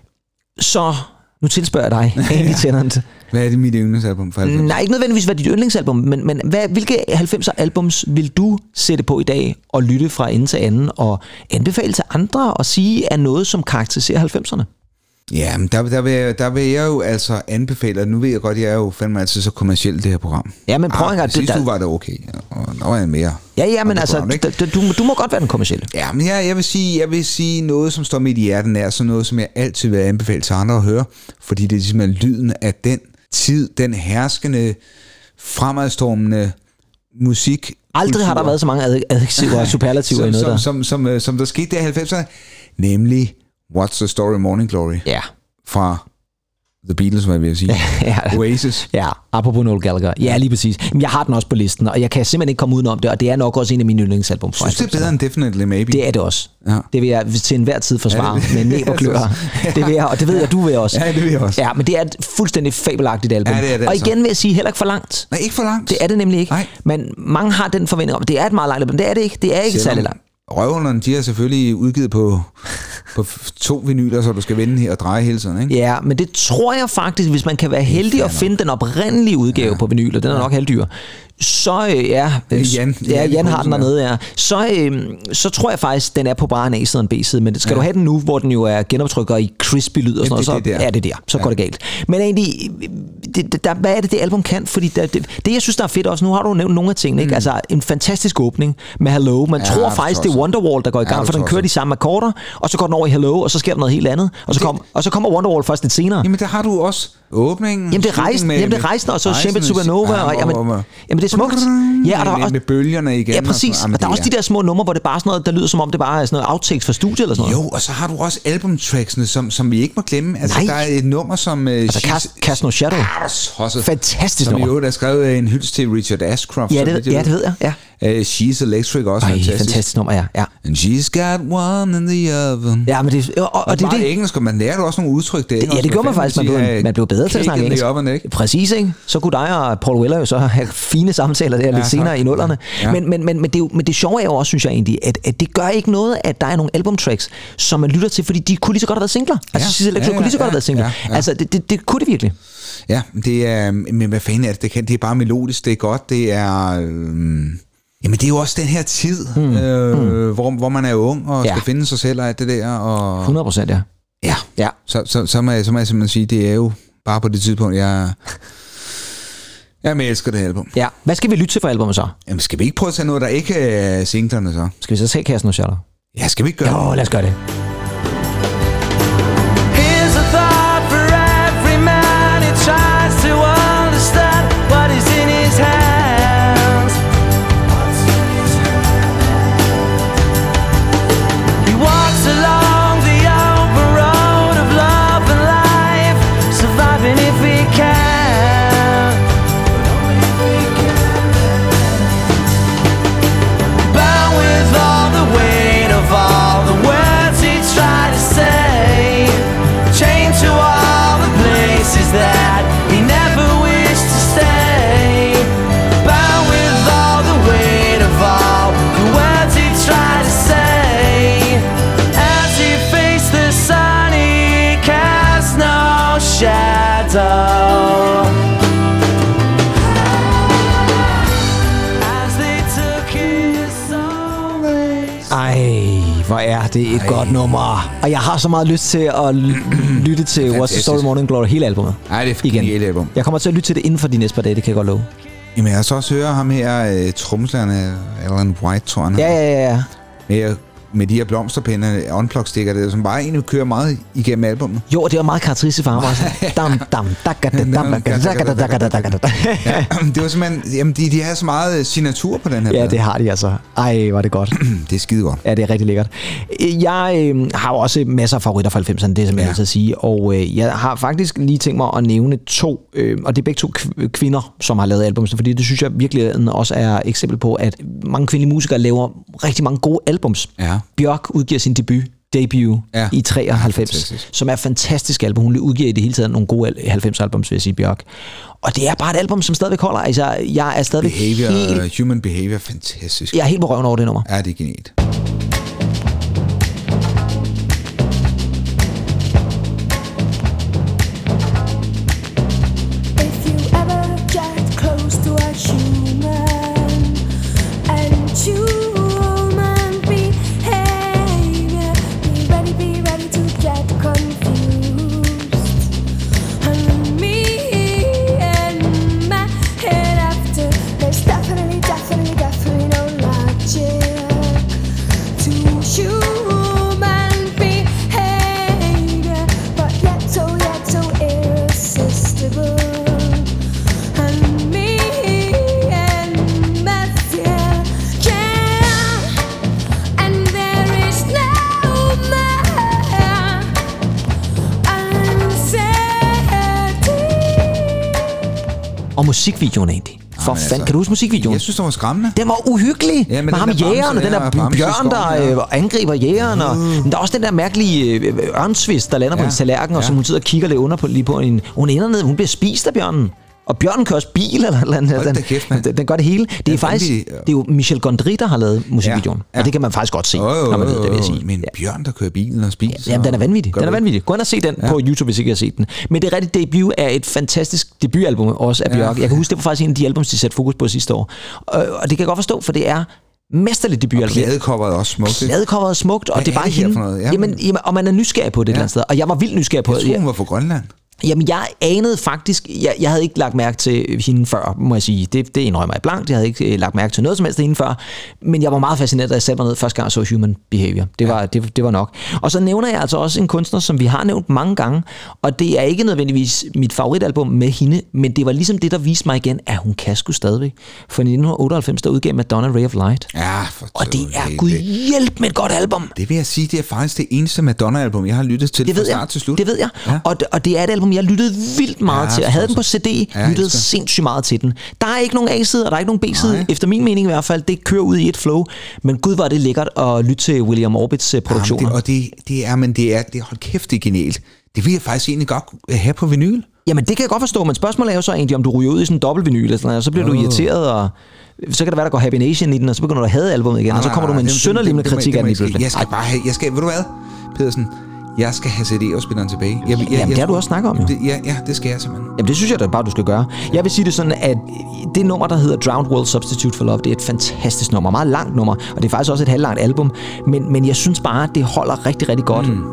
Så nu tilspørger jeg dig, Andy Tennant. Hvad er det mit yndlingsalbum for halvfems? Nej, ikke nødvendigvis hvad dit yndlingsalbum, men, men hvad, hvilke halvfemser albums vil du sætte på i dag og lytte fra ende til anden og anbefale til andre og sige er noget, som karakteriserer halvfemserne? Ja, men der, der, vil jeg, der vil jeg jo altså anbefale, og nu ved jeg godt, jeg er jo fandme altid så kommercielt det her program. Ja, men prøv ah, engang. Sidste uge var det okay, og der var jeg mere. Ja, ja, men altså, program, d- du, du må godt være den kommercielle. Ja, men jeg, jeg, vil sige, jeg vil sige noget, som står midt i hjerten er, sådan noget, som jeg altid vil anbefale til andre at høre, fordi det er simpelthen lyden af den tid, den herskende, fremadstormende musik. Aldrig har der været så mange adjektiver og superlativer som, i noget som, der. Som, som, som, som der skete der i halvfemserne, nemlig What's the Story Morning Glory. Ja. Fra The Beatles, hvad vil jeg sige. ja, Oasis. Ja, apropos Noel Gallagher. Ja, lige præcis. Men jeg har den også på listen, og jeg kan simpelthen ikke komme udenom det, og det er nok også en af mine yndlingsalbum. Synes det er bedre end Definitely Maybe? Det er det også. Ja. Det vil jeg til enhver tid forsvare ja, med næb og klør. Det vil jeg, og det ved jeg, du vil også. Ja, det vil jeg også. Ja, men det er et fuldstændig fabelagtigt album. Ja, det er det, og altså. igen vil jeg sige, heller ikke for langt. Nej, ikke for langt. Det er det nemlig ikke. Nej. Men mange har den forventning om, det er et meget langt album. Det er det ikke. Det er ikke særlig langt. Røvhullerne, de har selvfølgelig udgivet på, på to vinyler, så du skal vende her og dreje hele tiden, ikke? Ja, men det tror jeg faktisk, hvis man kan være heldig at finde den oprindelige udgave ja. på vinyl, og den er nok halvdyr, så øh, ja, Jan, ja, Jan har den dernede, ja. Så, øh, så tror jeg faktisk, den er på bare en A-side og en B-side, men skal ja. du have den nu, hvor den jo er genoptrykker i crispy lyd og sådan noget, så det, det er det der, så ja. går det galt. Men egentlig, det, der, hvad er det, det album kan? Fordi der, det, det, jeg synes, der er fedt også, nu har du nævnt nogle af tingene, ikke? Mm. Altså en fantastisk åbning med Hello, man ja, tror faktisk, det er Wonderwall, der går i gang, ja, for den kører de samme akkorder, og så går den over i Hello, og så sker der noget helt andet, og så, kom, og så kommer Wonderwall først lidt senere. Jamen der har du også åbningen. Jamen det er rejsen, jamen, det er rejsen og så Champagne Supernova, ja, og jamen, jamen det er smukt. Ja, og der er også, med bølgerne igen. Ja, præcis. Og, og der er også de der små numre, hvor det bare er sådan noget, der lyder som om det bare er sådan noget outtakes fra studiet eller sådan noget. Jo, og så har du også albumtracksene, som, som vi ikke må glemme. Altså, Nej. der er et nummer, som... Uh, altså, Cast, Cast No Shadow. Ah, fantastisk nummer. nummer. Som jo, der skrev en hyldest til Richard Ashcroft. Ja, det, det, ja, det ved jeg, ja. Uh, She's Electric også. Ej, fantastisk. fantastisk nummer, ja. ja. And she's got one in the oven. Ja, men det... Og, og, og det er det. engelsk, og man lærer også nogle udtryk der. Det, ja, det gjorde man faktisk. Man blev, man blev bedre til at snakke engelsk. Oven, ikke? Præcis, ikke? Så kunne dig og Paul Weller jo så have fine samtaler der ja, lidt senere tak. i nullerne. Ja. Men, men, men, men, det, men det sjove er jo også, synes jeg egentlig, at, at det gør ikke noget, at der er nogle albumtracks, som man lytter til, fordi de kunne lige så godt have været singler. Altså, She's Electric ja, ja, kunne lige så godt ja, have været singler. Ja, ja. Altså, det, det, det kunne det virkelig. Ja, det er... Men hvad fanden er det? Det, kan, det er bare melodisk, det er godt, det er... Øhm Jamen det er jo også den her tid, hmm. øh, hmm. Hvor, hvor man er ung og ja. skal finde sig selv og alt det der. Og hundrede procent, ja. Ja, ja. Så, så, så, må jeg, så må jeg simpelthen sige, det er jo bare på det tidspunkt, jeg... Jamen, jeg elsker det her album. Ja. Hvad skal vi lytte til for albumet så? Jamen, skal vi ikke prøve at tage noget, der ikke er singlerne så? Skal vi så se Cast No Shadow? Ja, skal vi ikke gøre jo, det? Jo, lad os gøre det. Here's a thought for every man who tries to understand what is in his hands. He hvor er det et Ej. godt nummer. Og jeg har så meget lyst til at lytte til What's the Story Morning Glory, hele albumet. Nej, det er igen. Album. Jeg kommer til at lytte til det inden for de næste par dage, det kan jeg godt love. Jamen, jeg har så også hørt ham her, trommeslageren Alan White, tror jeg. Ja, ja, ja. Med, med de her blomsterpinde, unplug-stikker, det som bare egentlig kører meget igennem albumet. Jo, og det var meget karakteristisk for ham også. Dam, dam, dakka, dam, dakka, dakka, dakka, dakka. Det var simpelthen, jamen, de, de har så meget signatur på den her. Ja, det har de altså. Ej, var det godt. Det er skide godt. Ja, det er rigtig lækkert. Jeg øh, har jo også masser af favoritter fra halvfemserne, det er som jeg altid at sige, og øh, jeg har faktisk lige tænkt mig at nævne to, øh, og det er begge to kvinder, som har lavet album, fordi det synes jeg virkelig også er eksempel på, at mange kvindelige musikere laver rigtig mange gode albums. Ja. Bjørk udgiver sin debut, debut ja. i treoghalvfems, ja, som er fantastisk album. Hun udgiver i det hele taget nogle gode halvfems albums, vil jeg sige, Bjørk. Og det er bare et album, som stadigvæk holder. Altså, jeg er stadigvæk behavior, helt... Human Behavior, fantastisk. Jeg er helt på røven over det nummer. Ja, det er genialt. Og musikvideoen egentlig. For Jamen, fanden, altså, kan du huske musikvideoen? Jeg synes, det var skræmmende. Den var uhyggelig. Ja, med ham jægeren, og den der bjørn, der ja. angriber jægeren. Og mm. der er også den der mærkelige ørnsvist, der lander ja. på en tallerken, ja. og som hun sidder og kigger lidt under på, lige på en... Hun ender ned, hun bliver spist af bjørnen. Og bjørnen kører også bil, eller eller andet. Den, kæft, den, den gør det hele. Det er, er faktisk, det er jo Michel Gondry, der har lavet musikvideoen. Ja, ja. Og det kan man faktisk godt se, oh, oh, når man ved det, vil jeg sige. Men bjørn, der kører bilen og spiser. Jamen, den er vanvittig. Den er vanvittig. Gå ind og se den ja. på YouTube, hvis ikke jeg har set den. Men det er rigtigt, debut er et fantastisk debutalbum også af Bjørk. Ja. Jeg kan huske, det var faktisk en af de albums, de satte fokus på sidste år. Og, og det kan jeg godt forstå, for det er mesterligt debutalbum. Og pladecoveret er også smukt. Pladecoveret er smukt, og det er bare hende. Jamen, jamen, og man er nysgerrig på det ja. et eller andet sted. Og jeg var vildt nysgerrig på det. Jeg tror, hun var fra Grønland. Jamen, jeg anede faktisk... Jeg, jeg havde ikke lagt mærke til hende før, må jeg sige. Det, det indrømmer jeg blankt. Jeg havde ikke lagt mærke til noget som helst hende før. Men jeg var meget fascineret, da jeg satte mig ned første gang og så Human Behavior. Det var, ja. det, det var nok. Og så nævner jeg altså også en kunstner, som vi har nævnt mange gange. Og det er ikke nødvendigvis mit favoritalbum med hende, men det var ligesom det, der viste mig igen, at hun kan sgu stadigvæk. For i nitten otteoghalvfems, der udgav Madonna Ray of Light. Ja, for og det er gud hjælp med et godt album. Det vil jeg sige, det er faktisk det eneste Madonna-album, jeg har lyttet til fra start til slut. Det ved jeg. Ja. Og, og det er et album, jeg lyttede vildt meget ja, til. Jeg havde den på C D, ja, lyttede sindssygt meget til den. Der er ikke nogen A-side, og der er ikke nogen B-side. Nej. Efter min mening i hvert fald. Det kører ud i et flow. Men gud, var det lækkert at lytte til William Orbits produktioner. Jamen, det, og det, det er, men det er, det er, hold kæft, det er genialt. Det vil jeg faktisk egentlig godt have på vinyl. Jamen, det kan jeg godt forstå, men spørgsmålet er jo så egentlig, om du ryger ud i sådan en dobbelt vinyl, eller sådan, og så bliver oh. du irriteret, og så kan det være, der går Happy Nation i den, og så begynder du at hade albumet igen, nej, og så kommer nej, nej, du med en sønderlimmende kritik af den i pludselig. Jeg skal bare have, jeg skal, ved du hvad, Pedersen, jeg skal have C D-afspilleren tilbage. Jeg, jeg, Jamen, jeg, det har du også snakket om, jo. Det, ja, ja, det skal jeg simpelthen. Jamen, det synes jeg da bare, du skal gøre. Jeg vil sige det sådan, at det nummer, der hedder Drowned World Substitute for Love, det er et fantastisk nummer, meget langt nummer, og det er faktisk også et halvlangt album, men, men jeg synes bare, at det holder rigtig, rigtig godt. Mm.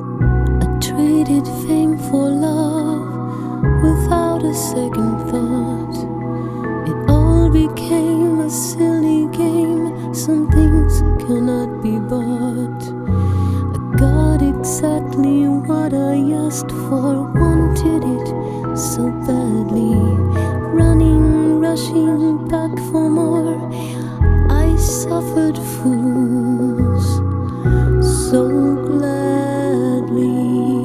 I traded fame for love without a second thought. It all became a silly game. Some things cannot be bought. I got exactly what I asked for, wanted it so badly. Running, rushing back for more. I suffered fools so gladly.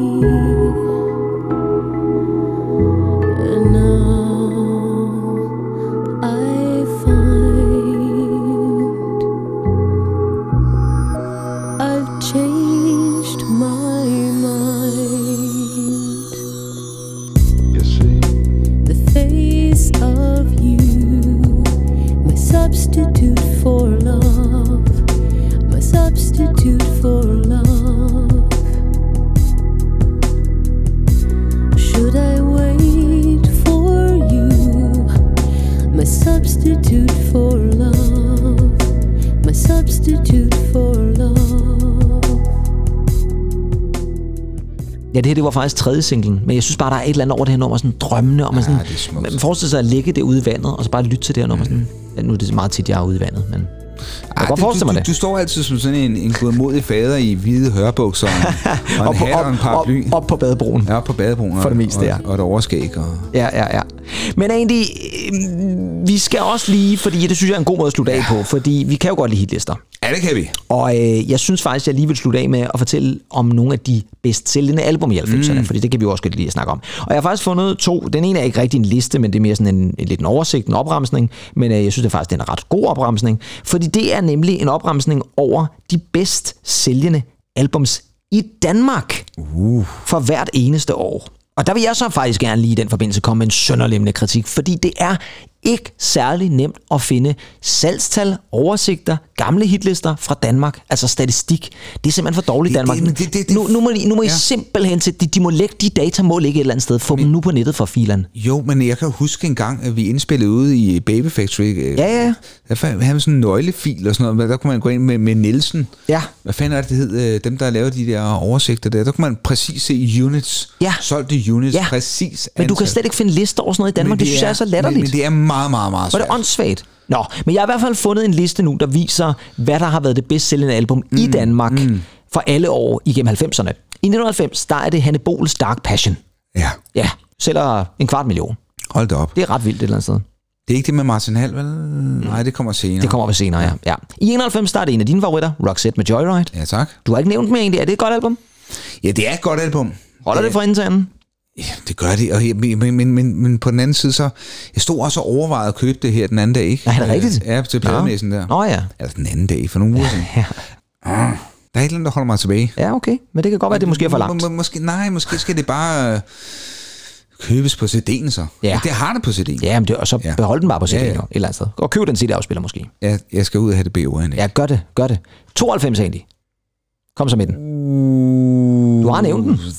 And now I find I've changed my mind. You see, the face of you, my substitute for love, my substitute Ja, det her det var faktisk tredje singlen, men jeg synes bare, der er et eller andet over det her nummer, sådan drømmende, og man, sådan, ja, man forestiller sig at lægge det ude i vandet, og så bare lytte til det her nummer. Sådan, ja, nu er det meget tit, jeg er ude i vandet, men jeg kan godt forestille mig du, det. Du, du står altid som sådan en, en godmodig fader i hvide hørbukser, og en hat og en paraply. Op, op på badebroen. Ja, op på badebroen. For det meste, ja. Og, og et overskæg. Og... Ja, ja, ja. Men egentlig, øh, vi skal også lige, fordi det synes jeg er en god måde at slutte ja. af på, fordi vi kan jo godt lide hitlister. Ja, det kan vi. Og øh, jeg synes faktisk, at jeg lige vil slutte af med at fortælle om nogle af de bedst sælgende album i halvfemserne, mm. fordi det kan vi jo også godt lide at snakke om. Og jeg har faktisk fundet to. Den ene er ikke rigtig en liste, men det er mere sådan en, en lidt en oversigt, en opremsning. Men øh, jeg synes det faktisk, det er en ret god opremsning, fordi det er nemlig en opremsning over de bedst sælgende albums i Danmark uh. for hvert eneste år. Og der vil jeg så faktisk gerne lige i den forbindelse komme med en sønderlemmende kritik, fordi det er ikke særlig nemt at finde salgstal, oversigter, gamle hitlister fra Danmark, altså statistik. Det er simpelthen for dårligt i Danmark. Det, det, det, det, nu, nu må I, nu må ja. I simpelthen til, de, de må lægge de data, må ligge et eller andet sted. Få men, dem nu på nettet for filerne. Jo, men jeg kan huske en gang, at vi indspillede ude i Baby Factory. Ja, ja. Der havde sådan en nøglefil og sådan noget, der kunne man gå ind med, med Nielsen. Ja. Hvad fanden er det, det hed? Dem, der lavede de der oversigter der. Der kunne man præcis se units. Ja. Solgte units, ja. præcis. Men du kan slet ikke finde lister over sådan noget i Danmark. Det, det synes jeg er så latterligt. Men, men det er meget, meget, meget svært. Og det er åndssvagt. Nå, men jeg har i hvert fald fundet en liste nu, der viser, hvad der har været det bedst sælgende album mm, i Danmark mm. for alle år igennem halvfemserne. I nitten halvfems, der er det Hanne Bohls Dark Passion. Ja. Ja, sælger en kvart million. Hold da op. Det er ret vildt et eller andet sted. Det er ikke det med Martin Hall, vel? Mm. Nej, det kommer senere. Det kommer senere, ja. ja. I enoghalvfems, der er det en af dine favoritter, Roxette med Joyride. Ja, tak. Du har ikke nævnt mere egentlig. Er det et godt album? Ja, det er et godt album. Holder det, det for indtanden? Ja, det gør det, og, men, men, men, men på den anden side, så jeg stod også og overvejede at købe det her den anden dag, ikke? Nej, det er rigtigt. Ja, til plademæssen der. Nå ja. Altså den anden dag, for nogle uger siden. Ja, ja. Der er et eller andet, der holder mig tilbage. Ja, okay. Men det kan godt være, at det måske er for langt. Må, måske, nej, måske skal det bare øh, købes på C D'en så. Ja. Ja, det har det på C D'en. Ja, men det, og så ja. behold den bare på C D'en ja, ja. et eller andet sted. Og køb den C D-afspiller måske. Ja, jeg skal ud og have det B O N. Ja, gør det, gør det. tooghalvfems egentlig. Kom så med den. Du har nævnt den.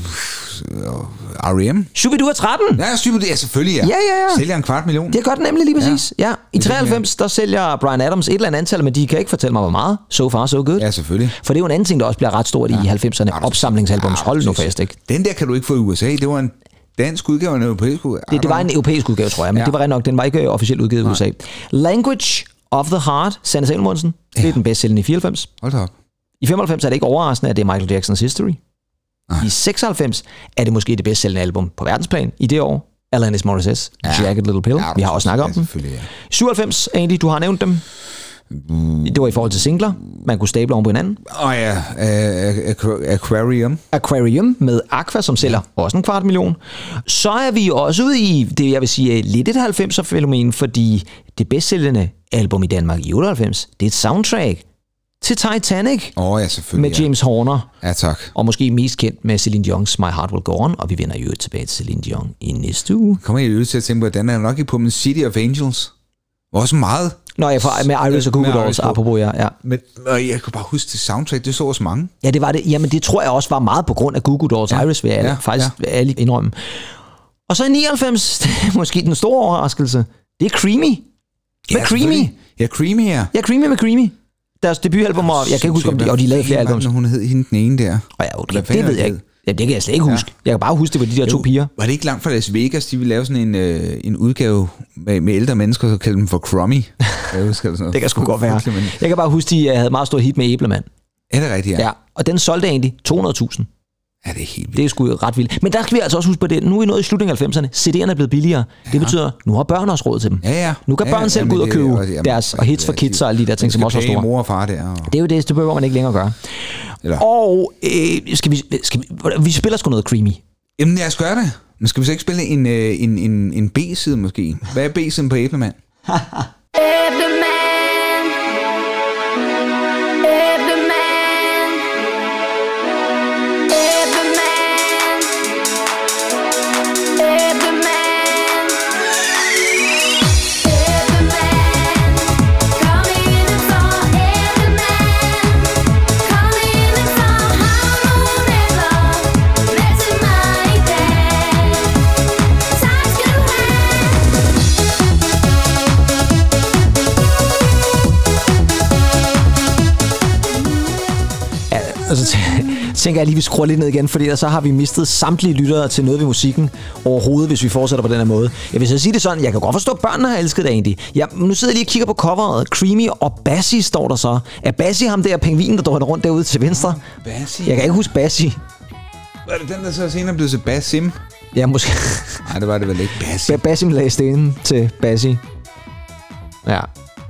R E M. Shubidua tretten. Ja, Shubidua, ja, selvfølgelig, ja. Ja, ja, ja. Sælger en kvart million. Det gør den nemlig lige præcis. Ja. ja. I treoghalvfems, der sælger Bryan Adams et eller andet antal, men de kan ikke fortælle mig, hvor meget. So far, so good. Ja, selvfølgelig. For det er jo en anden ting, der også bliver ret stort ja. i halvfemserne. Opsamlingsalbums. Hold nu fast, ikke? Den der kan du ikke få i U S A. Det var en dansk udgave og en europæisk udgave. Det, det var en europæisk udgave, tror jeg, men ja. det var rent nok. Den var ikke officielt udgivet i U S A. Language of the Heart, Sanne Salomonsen. Ja. Det er den bedst sælgende i fireoghalvfems. Hold da op. I femoghalvfems er det ikke overraskende, at det er Michael Jacksons History. Nej. I seksoghalvfems er det måske det bedst sælgende album på verdensplan i det år. Alanis Morissette's ja. Jagged Little Pill. Ja, vi har også snakket om dem. Ja. syvoghalvfems, Andy, du har nævnt dem. Mm. Det var i forhold til singler. Man kunne stable oven på hinanden. Åh oh, ja, uh, Aquarium. Aquarium med Aqua, som sælger ja. også en kvart million. Så er vi også ude i det, jeg vil sige, lidt et halvfemser-fænomen, fordi det bedst sælgende album i Danmark i otteoghalvfems, det er et soundtrack til Titanic. Åh oh, ja, selvfølgelig. Med James ja. Horner. Ja, tak. Og måske mest kendt med Celine Dion's My Heart Will Go On, og vi vender jo tilbage til Celine Dion i næste uge. Kommer jeg jo til at tænke på, at den er nok ikke på min City of Angels. Hvor så meget. Nå, jeg får med Iris og Google Dolls, apropos, ja. ja. Men jeg kan bare huske det soundtrack, det så også mange. Ja, det var det. Jamen, det tror jeg også var meget på grund af Google Dolls ja. Iris, vil jeg ja. faktisk ja. alle indrømme. Og så i nioghalvfems, måske den store overraskelse, det er Creamy. Med ja, Creamy. Ja, Creamy, ja. Ja, Creamy med Creamy. Deres debutalbum, og jeg kan ikke huske, om de, og de lavede flere album. Hun hed hende den ene der. Og ja, okay, det ved jeg ikke. Ja, det kan jeg slet ikke huske. Ja. Jeg kan bare huske, det var de der jo, to piger. Var det ikke langt fra Las Vegas, de ville lave sådan en, øh, en udgave med, med ældre mennesker, så kaldte dem for Crummy? Jeg husker, det, det kan sgu godt være. Jeg kan bare huske, de havde meget stor hit med Æblemand. Er det rigtigt, ja? Ja, og den solgte egentlig to hundrede tusind. Ja, det er helt vildt. Det er sgu ret vildt. Men der skal vi altså også huske på det. Nu er vi nået i slutningen af halvfemserne. C D'erne er blevet billigere. Ja. Det betyder, nu har børn også råd til dem. Ja, ja. Nu kan ja, børn ja, selv gå ud og købe og, jamen, deres og hits for kids og alle de der ting, som også er store. Mor og far der. Og... Det er jo det, det behøver man ikke længere gøre. Eller... Og øh, skal vi, skal vi, vi spiller sgu noget Creamy. Jamen, jeg skal gøre det. Men skal vi så ikke spille en, en, en, en B-side måske? Hvad er B-siden på Æblemand? Æblemand. så tænker jeg lige, vi skruer lidt ned igen, fordi så har vi mistet samtlige lyttere til noget ved musikken overhovedet, hvis vi fortsætter på den her måde. Jeg vil så sige det sådan, jeg kan godt forstå, at børnene har elsket det egentlig. Jeg, nu sidder jeg lige og kigger på coveret. Creamy og Bassi står der så. Er Bassi ham der pingvinen, der drøner rundt derude til venstre? Bassi? Jeg kan ikke huske Bassi. Var det den, der så senere blev til Basim? Ja, måske. Nej, det var det vel ikke. Basim. Basim lagde stenen til Bassi. Ja.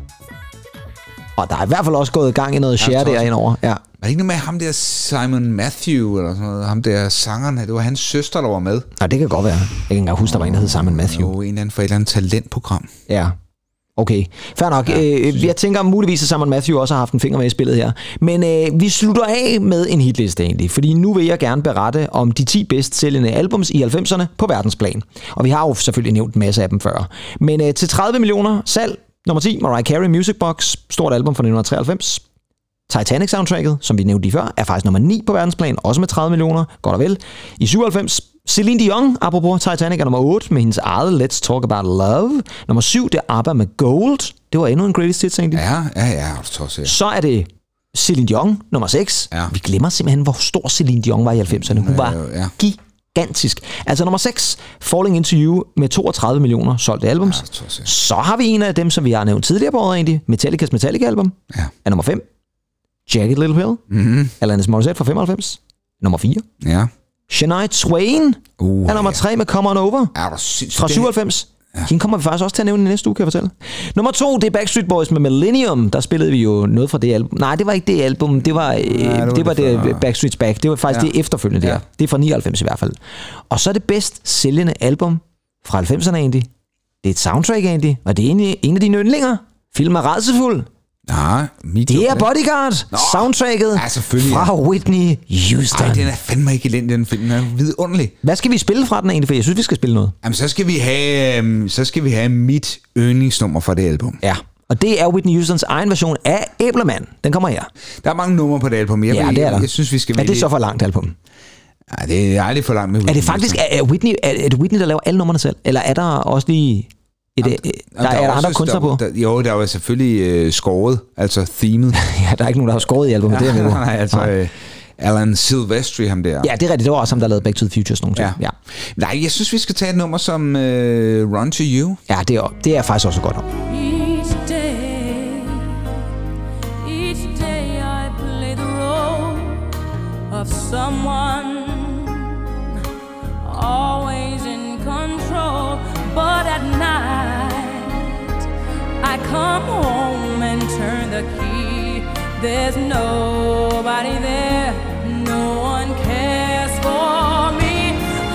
Og der er i hvert fald også gået i gang i noget share der indover. Ja. Var det ikke noget med ham der Simon Matthew, eller sådan noget? Ham der sangeren, det var hans søster, der var med. Nej, det kan godt være. Jeg kan ikke engang huske, der var en, der hed Simon Matthew. Jo, en eller anden fra et eller andet talentprogram. Ja. Okay, fair nok. Ja, øh, jeg tænker muligvis, at Simon Matthew også har haft en finger med i spillet her. Men øh, vi slutter af med en hitliste egentlig, fordi nu vil jeg gerne berette om de ti bedst sælgende albums i halvfemserne på verdensplan. Og vi har jo selvfølgelig nævnt en masse af dem før. Men øh, til tredive millioner salg, nummer ti, Mariah Carey Music Box, stort album fra nitten treoghalvfems. Titanic-soundtracket, som vi nævnte lige før, er faktisk nummer ni på verdensplan, også med tredive millioner, godt og vel. I syvoghalvfems, Celine Dion, apropos Titanic, er nummer otte med hendes eget Let's Talk About Love. Nummer syv, det er ABBA med Gold. Det var endnu en greatest hits, egentlig. Ja, ja, ja. Tosset, ja. Så er det Celine Dion, nummer seks. Ja. Vi glemmer simpelthen, hvor stor Celine Dion var i halvfemserne. Hun var ja, ja. gigantisk. Altså nummer seks, Falling Into You med toogtredive millioner solgte albums. Ja, så har vi en af dem, som vi har nævnt tidligere på året egentlig, Metallica's Metallica-album, ja. Er nummer fem. Jagged Little Pill, mm-hmm. Alanis Morissette fra femoghalvfems, nummer fire. Ja. Shania Twain uh, er nummer tre ja. Med Come On Over ja, fra syvoghalvfems. Ja. Hende kommer vi faktisk også til at nævne i næste uge, kan jeg fortælle. Nummer to, det er Backstreet Boys med Millennium. Der spillede vi jo noget fra det album. Nej, det var ikke det album. Det var, ja, det, var det, var det, det Backstreet's Back. Det var faktisk ja. Det efterfølgende ja. Der. Det er fra nioghalvfems i hvert fald. Og så er det bedst sælgende album fra halvfemserne egentlig. Det er et soundtrack egentlig. Og det er en, en af dine yndlinger. Film er rædselsfuld. Nej, det er Bodyguard, Nå, soundtracket ja, fra Whitney Houston. Nej, den er fandme ikke elendig, den film. Den er vidunderlig. Hvad skal vi spille fra den egentlig? For jeg synes, vi skal spille noget. Jamen, så skal vi have, um, så skal vi have mit yndlingsnummer fra det album. Ja, og det er Whitney Houstons egen version af Æblemand. Den kommer her. Der er mange numre på det album. Jeg, ja, det er der. Jeg synes, vi skal vælge. Er det så for langt album? Nej, det er aldrig for langt med Whitney. Er det faktisk, er, Whitney, er, er det Whitney, der laver alle numrene selv? Eller er der også lige... Et, jamen, der, der er, er der andre kunstnere på? Der, jo, der var selvfølgelig øh, skåret, altså themet. Ja, der er ikke nogen, der har skåret i albumet. Ja, det er nej, nej, altså øh, Alan Silvestri, ham der. Ja, det er rigtigt. Det var også ham, der lavede Back to the Future. Sådan ja. Ja. Nej, jeg synes, vi skal tage et nummer som øh, Run to You. Ja, det er, det er faktisk også godt. Each day, each day I play the role of someone always in control. But at night, I come home and turn the key. There's nobody there, no one cares for me.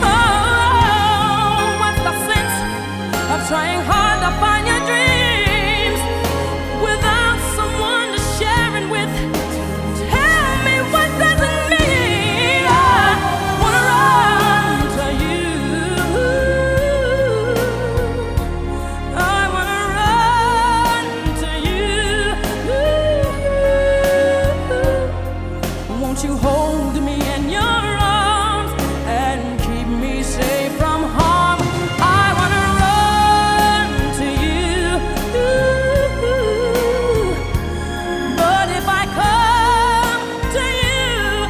Oh, what's the sense of trying hard to find your dreams without someone to share it with? Tell me, what does it mean? I wanna run to you. You hold me in your arms and keep me safe from harm. I wanna run to you, but if I come to you,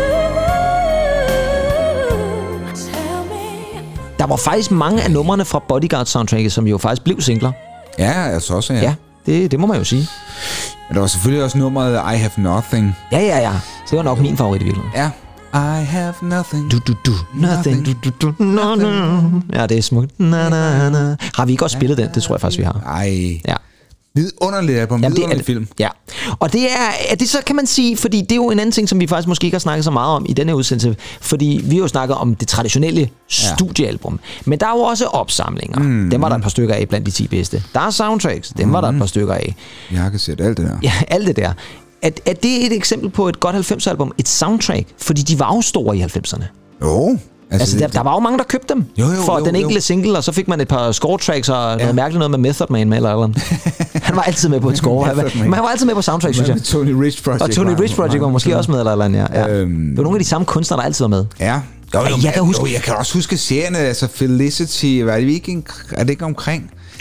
tell me. Der var faktisk mange af numrene fra Bodyguard-soundtracket, som jo faktisk blev singler. Ja, altså også, ja. Ja, det, det må man jo sige. Men der var selvfølgelig også nummeret I Have Nothing. Ja, ja, ja. Det var nok min favorit i virkeligheden. Ja. I have nothing. Du, du, du. Nothing. Du, du, du. No, no. Ja, det er smukt. Na, na, na. Har vi ikke også spillet den? Det tror jeg faktisk, vi har. Ej. Ja. Vidunderligt album, vidunderlig film. Ja, og det er, er det så kan man sige, fordi det er jo en anden ting, som vi faktisk måske ikke har snakket så meget om i denne udsendelse, fordi vi har jo snakket om det traditionelle studiealbum, men der er jo også opsamlinger. Mm. Dem var der et par stykker af blandt de ti bedste. Der er soundtracks, dem mm. var der et par stykker af. Jeg kan sætte alt det der. Ja, alt det der. Er, er det et eksempel på et godt halvfems-album, et soundtrack? Fordi de var jo store i halvfemserne. Jo. Altså, altså der, der var jo mange, der købte dem jo, jo, for jo, den enkelte jo. single, og så fik man et par score-tracks og ja. Noget mærkeligt noget med Method Man med eller eller Han var altid med på et score. Men han var altid med på soundtrack, synes jeg. Tony Rich Project. Og Tony Rich Project var måske også med eller eller andet, ja. ja. Øhm. Det var nogle af de samme kunstnere, der altid var med. Ja. Jo, jo, jeg, kan huske... jo, jeg kan også huske serien, altså Felicity, var det ikke, er det ikke omkring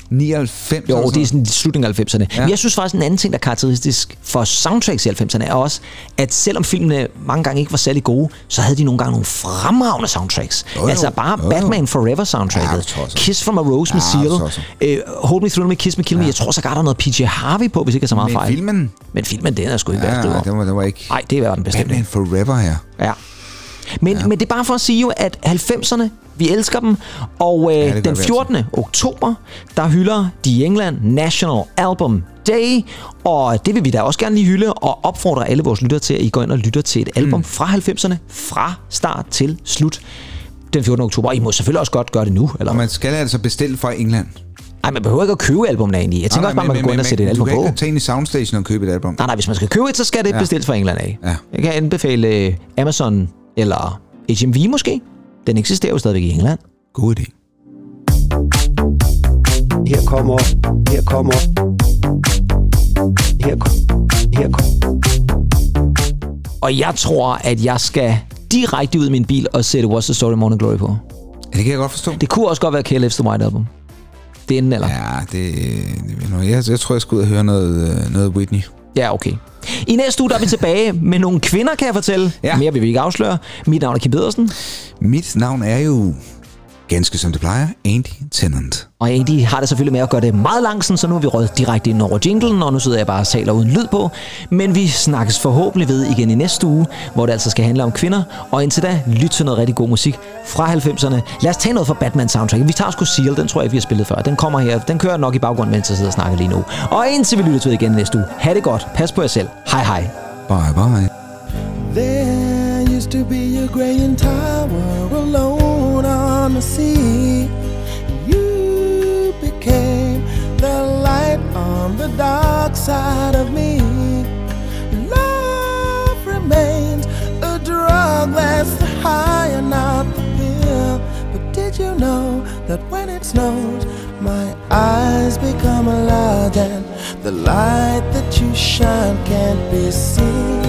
nioghalvfems? Jo, det er sådan slutningen af halvfemserne. Ja. Men jeg synes faktisk, en anden ting, der er karakteristisk for soundtracks i halvfemserne, er også, at selvom filmene mange gange ikke var særlig gode, så havde de nogle gange nogle fremragende soundtracks. Jo, jo. Altså bare jo, jo. Batman Forever soundtracket, ja, Kiss from a Rose med ja, Seal, uh, Hold Me Through med Kiss Me Kill Me. Ja. Jeg tror så godt, der er noget P J Harvey på, hvis ikke er så meget fejl. Men filmen? Men filmen, den er sgu ikke ja, værd. Nej, det var, det var ikke... Nej, det var den bestemt. Batman Forever her. Ja. Men, ja. men det er bare for at sige jo, at halvfemserne, vi elsker dem, og øh, ja, den fjortende oktober, der hylder de i England National Album Day, og det vil vi da også gerne lige hylde, og opfordre alle vores lyttere til, at I går ind og lytter til et album mm. fra halvfemserne, fra start til slut, den fjortende oktober. Og I må selvfølgelig også godt gøre det nu. Eller? Og man skal altså bestille fra England. Nej, man behøver ikke at købe albumene egentlig. Jeg tænker nej, også bare, man kan gå ind og sætte et album på. Du kan ikke tage ind i Soundstation og købe et album. Nej, nej, hvis man skal købe et, så skal det ja. bestilles fra England af. Ja. Jeg kan anbefale uh, Amazon eller H M V måske. Den eksisterer jo stadigvæk i England. God idé. Her kommer, her kommer, her kommer, her kommer. Og jeg tror, at jeg skal direkte ud i min bil og sætte What's the Story Morning Glory på. Ja, det kan jeg godt forstå. Det kunne også godt være K L F's The White Album. Det er den, eller? Ja, det, det jeg, jeg tror, jeg skal ud og høre noget, noget Whitney. Ja, okay. I næste uge der er vi tilbage med nogle kvinder, kan jeg fortælle. Ja. Mere vil vi ikke afsløre. Mit navn er Kim Pedersen. Mit navn er jo, ganske som det plejer, Andy Tennant. Og Andy har det selvfølgelig med at gøre det meget langsomt, så nu er vi røget direkte ind over jinglen, og nu sidder jeg bare og taler uden lyd på. Men vi snakkes forhåbentlig ved igen i næste uge, hvor det altså skal handle om kvinder. Og indtil da, lyt til noget rigtig god musik fra halvfemserne. Lad os tage noget fra Batman soundtrack. Vi tager sgu Seal, den tror jeg, vi har spillet før. Den kommer her, den kører nok i baggrunden, mens jeg sidder og snakker lige nu. Og indtil vi lytter til igen i næste uge. Ha' det godt. Pas på jer selv. Hej hej. Bye bye. There used to be a graying tower alone on the sea. You became the light on the dark side of me. Love remains a drug that's the high and not the pill. But did you know that when it snows, my eyes become large and the light that you shine can't be seen?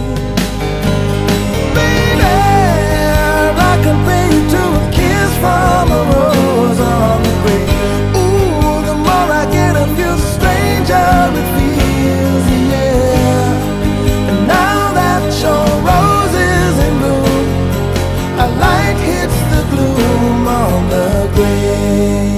I compare you to a kiss from a rose on the grave. Ooh, the more I get of you, the stranger it feels, yeah. And now that your rose is in bloom, a light hits the gloom on the grave.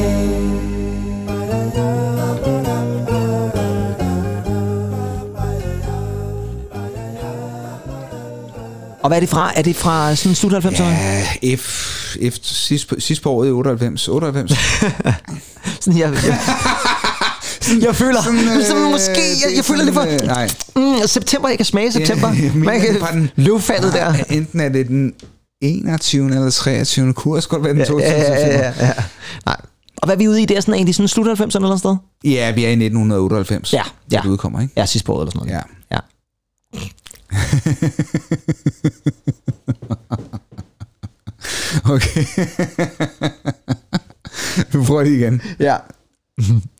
Og hvad er det fra? Er det fra sådan slut halvfemserne? Ja, F, F sidst, sidst på året i otteoghalvfems. otteoghalvfems. sådan, jeg, jeg, jeg føler, sådan, øh, sådan, måske, jeg, jeg, jeg føler lidt for, øh, nej. Mm, september, jeg kan smage september. Ja, man kan løvfaldet der. Enten er det den enogtyvende eller treogtyvende kunne også godt være den toogtyvende. Ja, ja, ja, ja. Nej. Og hvad er vi ude i? Det er sådan egentlig sådan slut halvfemserne eller sådan noget? Ja, vi er i nitten otteoghalvfems. Ja, ja. Det udkommer, ikke? Ja, sidst på året eller sådan noget. Ja. Ja. Okay. Vi prøver det igen. Ja.